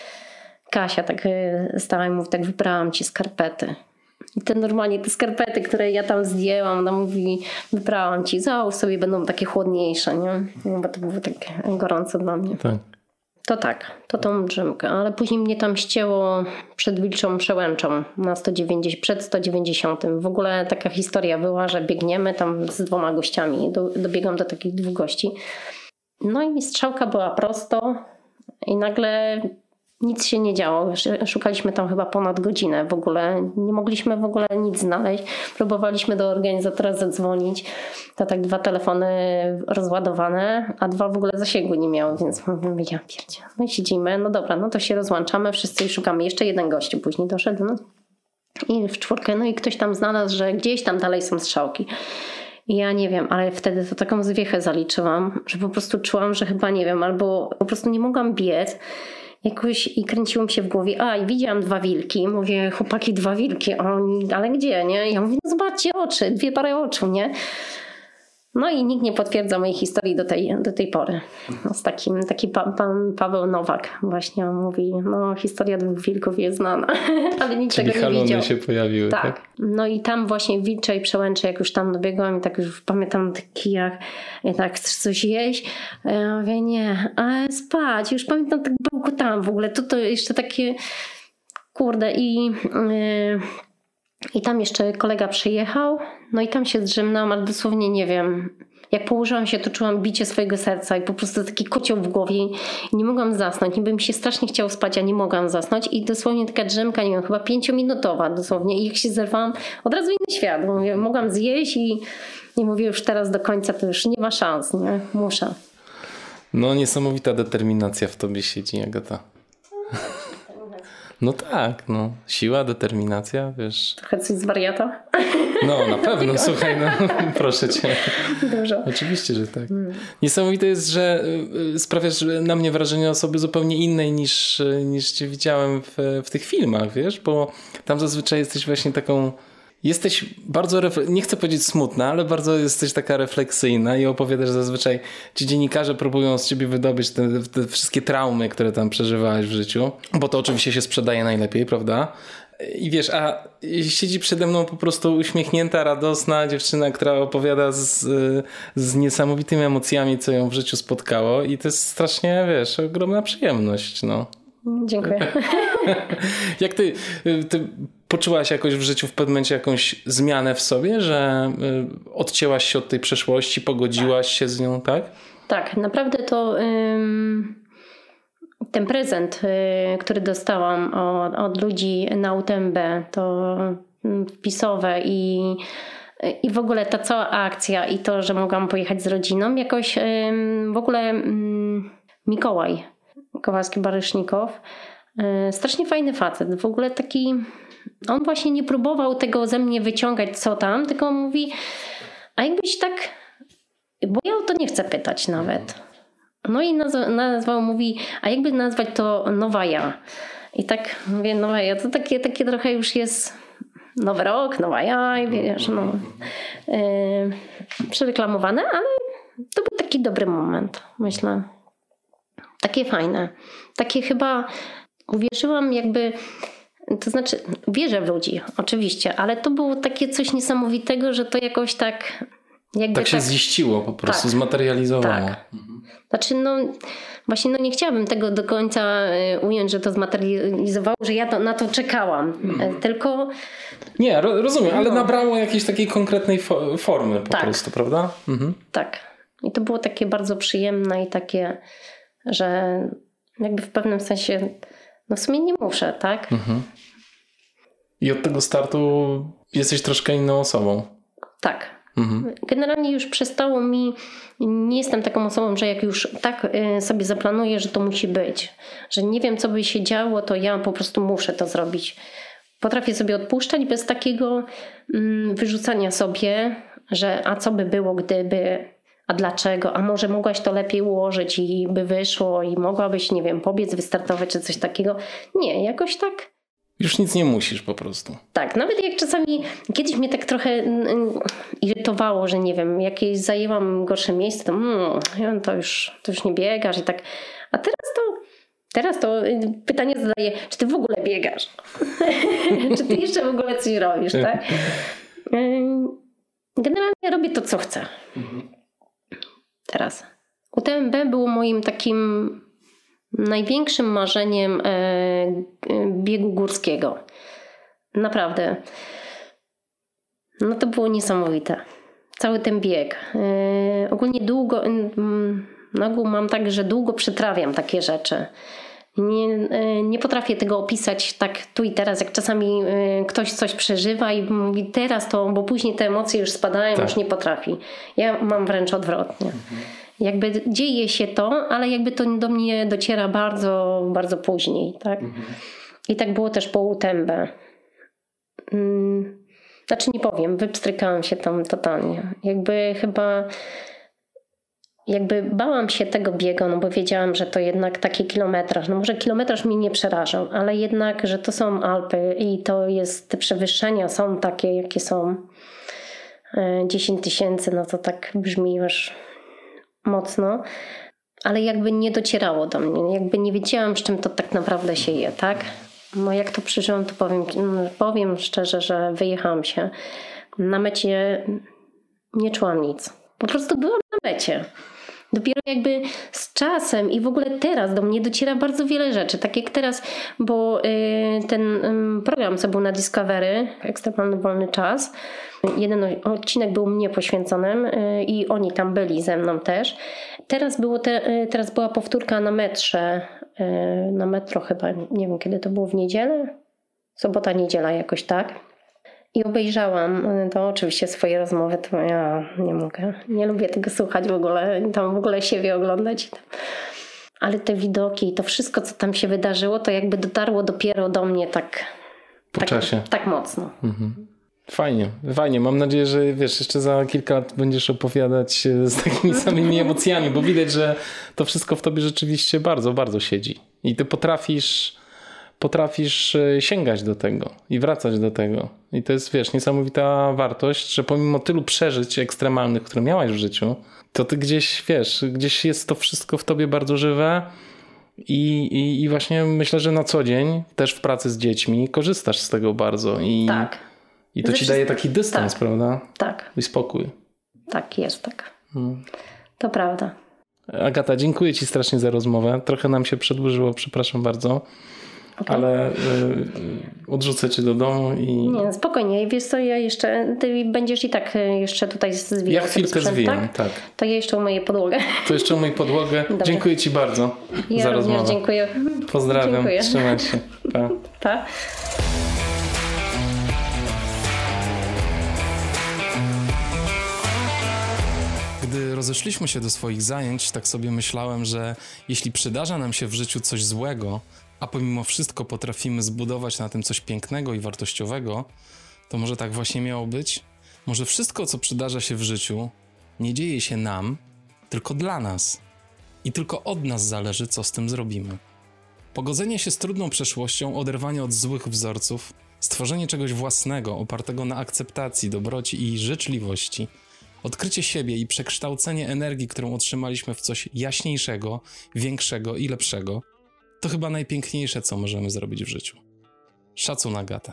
Kasia tak stała i mówi, tak wybrałam ci skarpety. I te normalnie te skarpety, które ja tam zdjęłam, ona mówi, wybrałam ci, załóż sobie, będą takie chłodniejsze, nie? Bo to było tak gorąco dla mnie. Tak. To tak, to tą drzemkę, ale później mnie tam ścięło przed Wilczą Przełęczą na sto dziewięćdziesiąt, przed sto dziewięćdziesiątym. W ogóle taka historia była, że biegniemy tam z dwoma gościami, do, dobiegam do takich dwóch gości. No i strzałka była prosto i nagle nic się nie działo. Szukaliśmy tam chyba ponad godzinę w ogóle. Nie mogliśmy w ogóle nic znaleźć. Próbowaliśmy do organizatora zadzwonić. To tak dwa telefony rozładowane, a dwa w ogóle zasięgu nie miały, więc mówimy, ja pierdzie. No i siedzimy, no dobra, no to się rozłączamy wszyscy i szukamy. Jeszcze jeden gościu później doszedł. No. I w czwórkę, no i ktoś tam znalazł, że gdzieś tam dalej są strzałki. I ja nie wiem, ale wtedy to taką zwiechę zaliczyłam, że po prostu czułam, że chyba nie wiem, albo po prostu nie mogłam biec. Jakoś i kręciło mi się w głowie, a i widziałam dwa wilki, mówię, chłopaki, dwa wilki, a oni, ale gdzie, nie? Ja mówię, no zobaczcie oczy, dwie pary oczu, nie? No i nikt nie potwierdza mojej historii do tej, do tej pory. No, z takim, taki pa, pan Paweł Nowak właśnie mówi, no historia dwóch wilków jest znana, ale nikt Czyli tego nie widział. się pojawiły, tak? tak? No i tam właśnie w Wilczej Przełęczy, jak już tam dobiegłam i tak już pamiętam taki jak, ja tak, chcesz coś jeść? A ja mówię, nie, ale spać, już pamiętam tak bełkotałam w ogóle, to to jeszcze takie, kurde i... Yy, I tam jeszcze kolega przyjechał, no i tam się zdrzemnęłam, ale dosłownie nie wiem. Jak położyłam się, to czułam bicie swojego serca i po prostu taki kocioł w głowie i nie mogłam zasnąć. Niby mi się strasznie chciało spać, a nie mogłam zasnąć i dosłownie taka drzemka, nie wiem, chyba pięciominutowa dosłownie. I jak się zerwałam, od razu inny świat. Mówię, mogłam zjeść i nie mówię już teraz do końca, to już nie ma szans, nie? Muszę. No niesamowita determinacja w tobie siedzi, Agata. No tak, no. Siła, determinacja, wiesz. Trochę coś z wariata? No na pewno, słuchaj, no proszę cię. Dużo. Oczywiście, że tak. Hmm. Niesamowite jest, że sprawiasz na mnie wrażenie osoby zupełnie innej niż, niż cię widziałem w, w tych filmach, wiesz, bo tam zazwyczaj jesteś właśnie taką... Jesteś bardzo, nie chcę powiedzieć smutna, ale bardzo jesteś taka refleksyjna i opowiadasz zazwyczaj, ci dziennikarze próbują z ciebie wydobyć te, te wszystkie traumy, które tam przeżywałeś w życiu, bo to oczywiście się sprzedaje najlepiej, prawda? I wiesz, a siedzi przede mną po prostu uśmiechnięta, radosna dziewczyna, która opowiada z, z niesamowitymi emocjami, co ją w życiu spotkało i to jest strasznie, wiesz, ogromna przyjemność, no. Dziękuję. Jak ty, ty poczułaś jakoś w życiu w pewnym momencie jakąś zmianę w sobie, że odcięłaś się od tej przeszłości, pogodziłaś się z nią, tak? Tak, naprawdę to ym, ten prezent, y, który dostałam od, od ludzi na U T M B, to wpisowe i, i w ogóle ta cała akcja i to, że mogłam pojechać z rodziną, jakoś ym, w ogóle ym, Mikołaj Kowalski-Barysznikow, yy, strasznie fajny facet, w ogóle taki, on właśnie nie próbował tego ze mnie wyciągać co tam, tylko mówi, a jakbyś tak, bo ja o to nie chcę pytać nawet. No i nazw- nazwał, mówi, a jakby nazwać to nowa ja. I tak mówię, nowa ja, to takie, takie trochę już jest nowy rok, nowa ja i wiesz, no yy, przereklamowane, ale to był taki dobry moment, myślę. Takie fajne. Takie chyba uwierzyłam jakby, to znaczy wierzę w ludzi, oczywiście, ale to było takie coś niesamowitego, że to jakoś tak jakby tak się tak, ziściło po prostu, tak, zmaterializowało. Tak. Znaczy no właśnie no nie chciałabym tego do końca ująć, że to zmaterializowało, że ja to, na to czekałam. Hmm. Tylko... Nie, rozumiem, ale no. nabrało jakiejś takiej konkretnej fo- formy po tak. prostu, prawda? Mhm. Tak. I to było takie bardzo przyjemne i takie, że jakby w pewnym sensie no w sumie nie muszę, tak? Mhm. I od tego startu jesteś troszkę inną osobą. Tak. Mhm. Generalnie już przestało mi, nie jestem taką osobą, że jak już tak sobie zaplanuję, że to musi być, że nie wiem co by się działo, to ja po prostu muszę to zrobić. Potrafię sobie odpuszczać bez takiego mm, wyrzucania sobie, że a co by było gdyby, a dlaczego, a może mogłaś to lepiej ułożyć i by wyszło i mogłabyś, nie wiem, pobiec, wystartować czy coś takiego. Nie, jakoś tak. Już nic nie musisz po prostu. Tak, nawet jak czasami, kiedyś mnie tak trochę mm, irytowało, że nie wiem, jakieś zajęłam gorsze miejsce, to, mm, to, już, to już nie biegasz i tak. A teraz to, teraz to pytanie zadaję, czy ty w ogóle biegasz? Czy ty jeszcze w ogóle coś robisz, tak? Generalnie robię to, co chcę. Mhm. Teraz. U T M B było moim takim największym marzeniem biegu górskiego. Naprawdę. No to było niesamowite. Cały ten bieg. Ogólnie długo, na ogół mam tak, że długo przytrawiam takie rzeczy. Nie, nie potrafię tego opisać tak tu i teraz, jak czasami ktoś coś przeżywa i mówi teraz to, bo później te emocje już spadają, tak. Już nie potrafi. Ja mam wręcz odwrotnie. Mhm. Jakby dzieje się to, ale jakby to do mnie dociera bardzo, bardzo później. Tak? Mhm. I tak było też po U T M B. Znaczy nie powiem, wypstrykałam się tam totalnie. Jakby chyba... Jakby bałam się tego biegu, no bo wiedziałam, że to jednak taki kilometraż. No może kilometraż mnie nie przerażał, ale jednak, że to są Alpy i to jest, te przewyższenia są takie, jakie są. dziesięć tysięcy, no to tak brzmi już mocno. Ale jakby nie docierało do mnie. Jakby nie wiedziałam, z czym to tak naprawdę się je, tak? No jak to przeżyłam, to powiem, powiem szczerze, że wyjechałam się. Na mecie nie czułam nic. Po prostu byłam na mecie. Dopiero jakby z czasem i w ogóle teraz do mnie dociera bardzo wiele rzeczy. Tak jak teraz, bo y, ten y, program, co był na Discovery, Ekstremalny Wolny Czas, jeden odcinek był mnie poświęconym y, i oni tam byli ze mną też. Teraz, było te, y, teraz była powtórka na metrze, y, na metro chyba, nie wiem kiedy to było, w niedzielę? Sobota, niedziela jakoś tak. I obejrzałam to oczywiście swoje rozmowy, to ja nie mogę, nie lubię tego słuchać w ogóle, tam w ogóle siebie oglądać. Ale te widoki i to wszystko, co tam się wydarzyło, to jakby dotarło dopiero do mnie tak, po tak, czasie. Tak mocno. Mhm. Fajnie, fajnie. Mam nadzieję, że wiesz, jeszcze za kilka lat będziesz opowiadać z takimi samymi emocjami, bo widać, że to wszystko w tobie rzeczywiście bardzo, bardzo siedzi. I ty potrafisz... potrafisz sięgać do tego i wracać do tego. I to jest, wiesz, niesamowita wartość, że pomimo tylu przeżyć ekstremalnych, które miałaś w życiu, to ty gdzieś, wiesz, gdzieś jest to wszystko w tobie bardzo żywe i, i, i właśnie myślę, że na co dzień, też w pracy z dziećmi, korzystasz z tego bardzo. I, tak. I to ci daje taki dystans, tak. Prawda? Tak. I spokój. Tak, jest tak. Hmm. To prawda. Agata, dziękuję ci strasznie za rozmowę. Trochę nam się przedłużyło, przepraszam bardzo. Okay. Ale y, odrzucę cię do domu i... Nie, spokojnie. Wiesz co, ja jeszcze... Ty będziesz i tak jeszcze tutaj zwijał. Ja chwilkę zwijam, tak? tak. To ja jeszcze umyję podłogę. To jeszcze umyję podłogę. Dziękuję ci bardzo ja za rozmowę. dziękuję. Pozdrawiam. Dziękuję. Trzymaj się. Pa. Pa. Gdy rozeszliśmy się do swoich zajęć, tak sobie myślałem, że jeśli przydarza nam się w życiu coś złego, a pomimo wszystko potrafimy zbudować na tym coś pięknego i wartościowego, to może tak właśnie miało być? Może wszystko, co przydarza się w życiu, nie dzieje się nam, tylko dla nas. I tylko od nas zależy, co z tym zrobimy. Pogodzenie się z trudną przeszłością, oderwanie od złych wzorców, stworzenie czegoś własnego, opartego na akceptacji, dobroci i życzliwości, odkrycie siebie i przekształcenie energii, którą otrzymaliśmy w coś jaśniejszego, większego i lepszego, to chyba najpiękniejsze, co możemy zrobić w życiu. Szacun, Agata.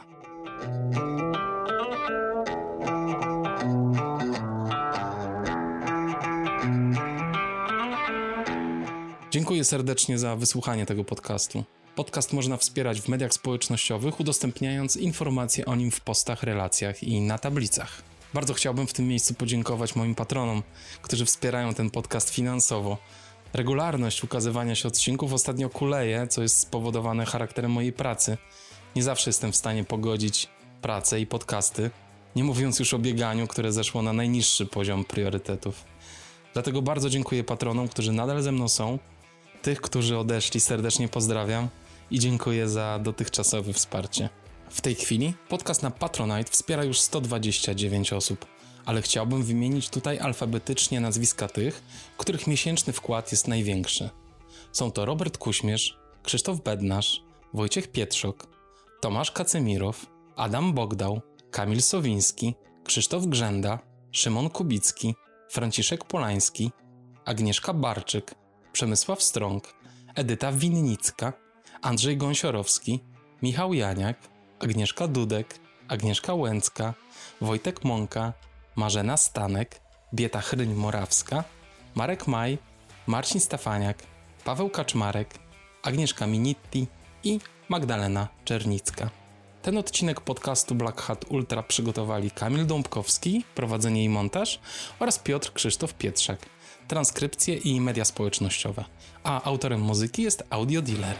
Dziękuję serdecznie za wysłuchanie tego podcastu. Podcast można wspierać w mediach społecznościowych, udostępniając informacje o nim w postach, relacjach i na tablicach. Bardzo chciałbym w tym miejscu podziękować moim patronom, którzy wspierają ten podcast finansowo. Regularność ukazywania się odcinków ostatnio kuleje, co jest spowodowane charakterem mojej pracy. Nie zawsze jestem w stanie pogodzić pracę i podcasty, nie mówiąc już o bieganiu, które zeszło na najniższy poziom priorytetów. Dlatego bardzo dziękuję patronom, którzy nadal ze mną są. Tych, którzy odeszli, serdecznie pozdrawiam i dziękuję za dotychczasowe wsparcie. W tej chwili podcast na Patronite wspiera już sto dwadzieścia dziewięć osób, ale chciałbym wymienić tutaj alfabetycznie nazwiska tych, których miesięczny wkład jest największy. Są to Robert Kuśmierz, Krzysztof Bednarz, Wojciech Pietrzok, Tomasz Kacemirow, Adam Bogdał, Kamil Sowiński, Krzysztof Grzęda, Szymon Kubicki, Franciszek Polański, Agnieszka Barczyk, Przemysław Strąg, Edyta Winnicka, Andrzej Gąsiorowski, Michał Janiak, Agnieszka Dudek, Agnieszka Łęcka, Wojtek Mąka, Marzena Stanek, Bieta Chryń-Morawska, Marek Maj, Marcin Stefaniak, Paweł Kaczmarek, Agnieszka Minitti i Magdalena Czernicka. Ten odcinek podcastu Black Hat Ultra przygotowali Kamil Dąbkowski, prowadzenie i montaż, oraz Piotr Krzysztof Pietrzak, transkrypcje i media społecznościowe, a autorem muzyki jest Audio Dealer.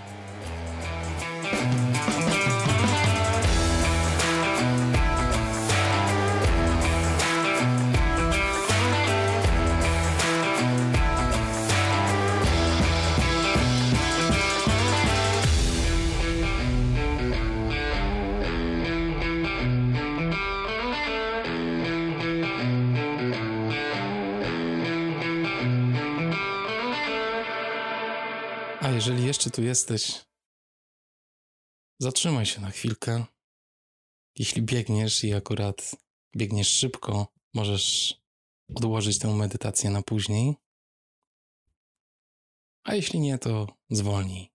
A jeżeli jeszcze tu jesteś, zatrzymaj się na chwilkę. Jeśli biegniesz i akurat biegniesz szybko, możesz odłożyć tę medytację na później. A jeśli nie, to zwolnij.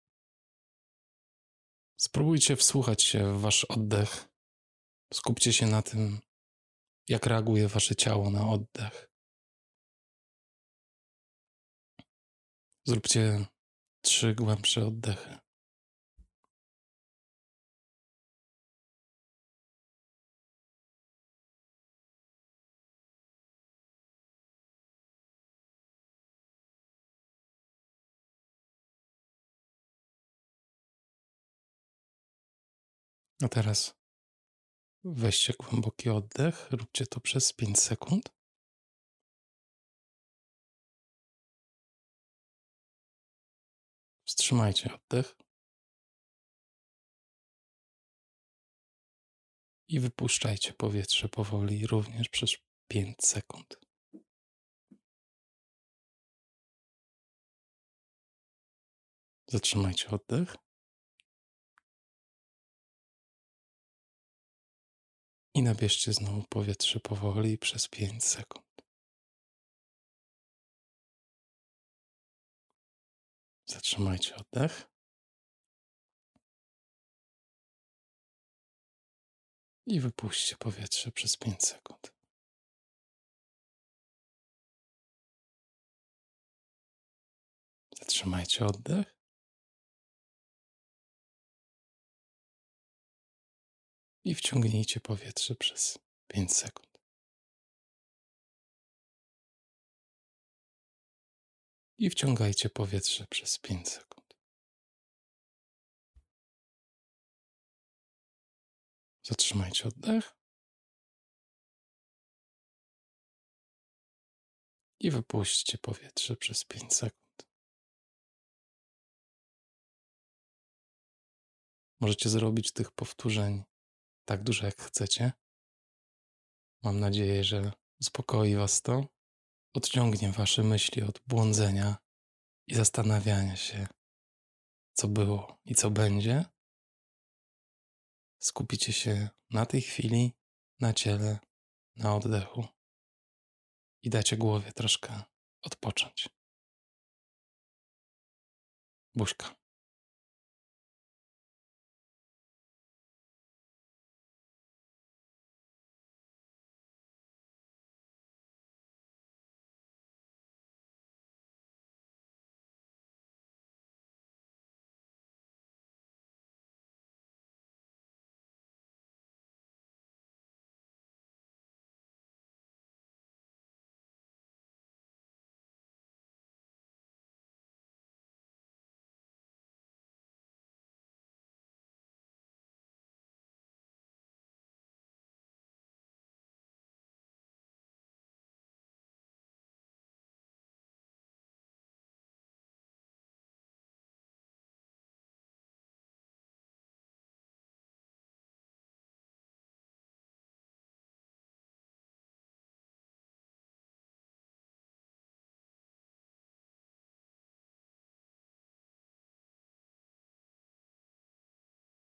Spróbujcie wsłuchać się w wasz oddech. Skupcie się na tym, jak reaguje wasze ciało na oddech. Zróbcie trzy głębsze oddechy. A teraz weźcie głęboki oddech. Róbcie to przez pięć sekund. Wstrzymajcie oddech. I wypuszczajcie powietrze powoli, również przez pięć sekund. Zatrzymajcie oddech. I nabierzcie znowu powietrze powoli przez pięć sekund. Zatrzymajcie oddech. I wypuśćcie powietrze przez pięć sekund. Zatrzymajcie oddech. I wciągnijcie powietrze przez pięć sekund. I wciągajcie powietrze przez pięć sekund. Zatrzymajcie oddech. I wypuśćcie powietrze przez pięć sekund. Możecie zrobić tych powtórzeń tak dużo jak chcecie. Mam nadzieję, że uspokoi was to, odciągnie wasze myśli od błądzenia i zastanawiania się, co było i co będzie. Skupicie się na tej chwili, na ciele, na oddechu i dacie głowie troszkę odpocząć. Buźka.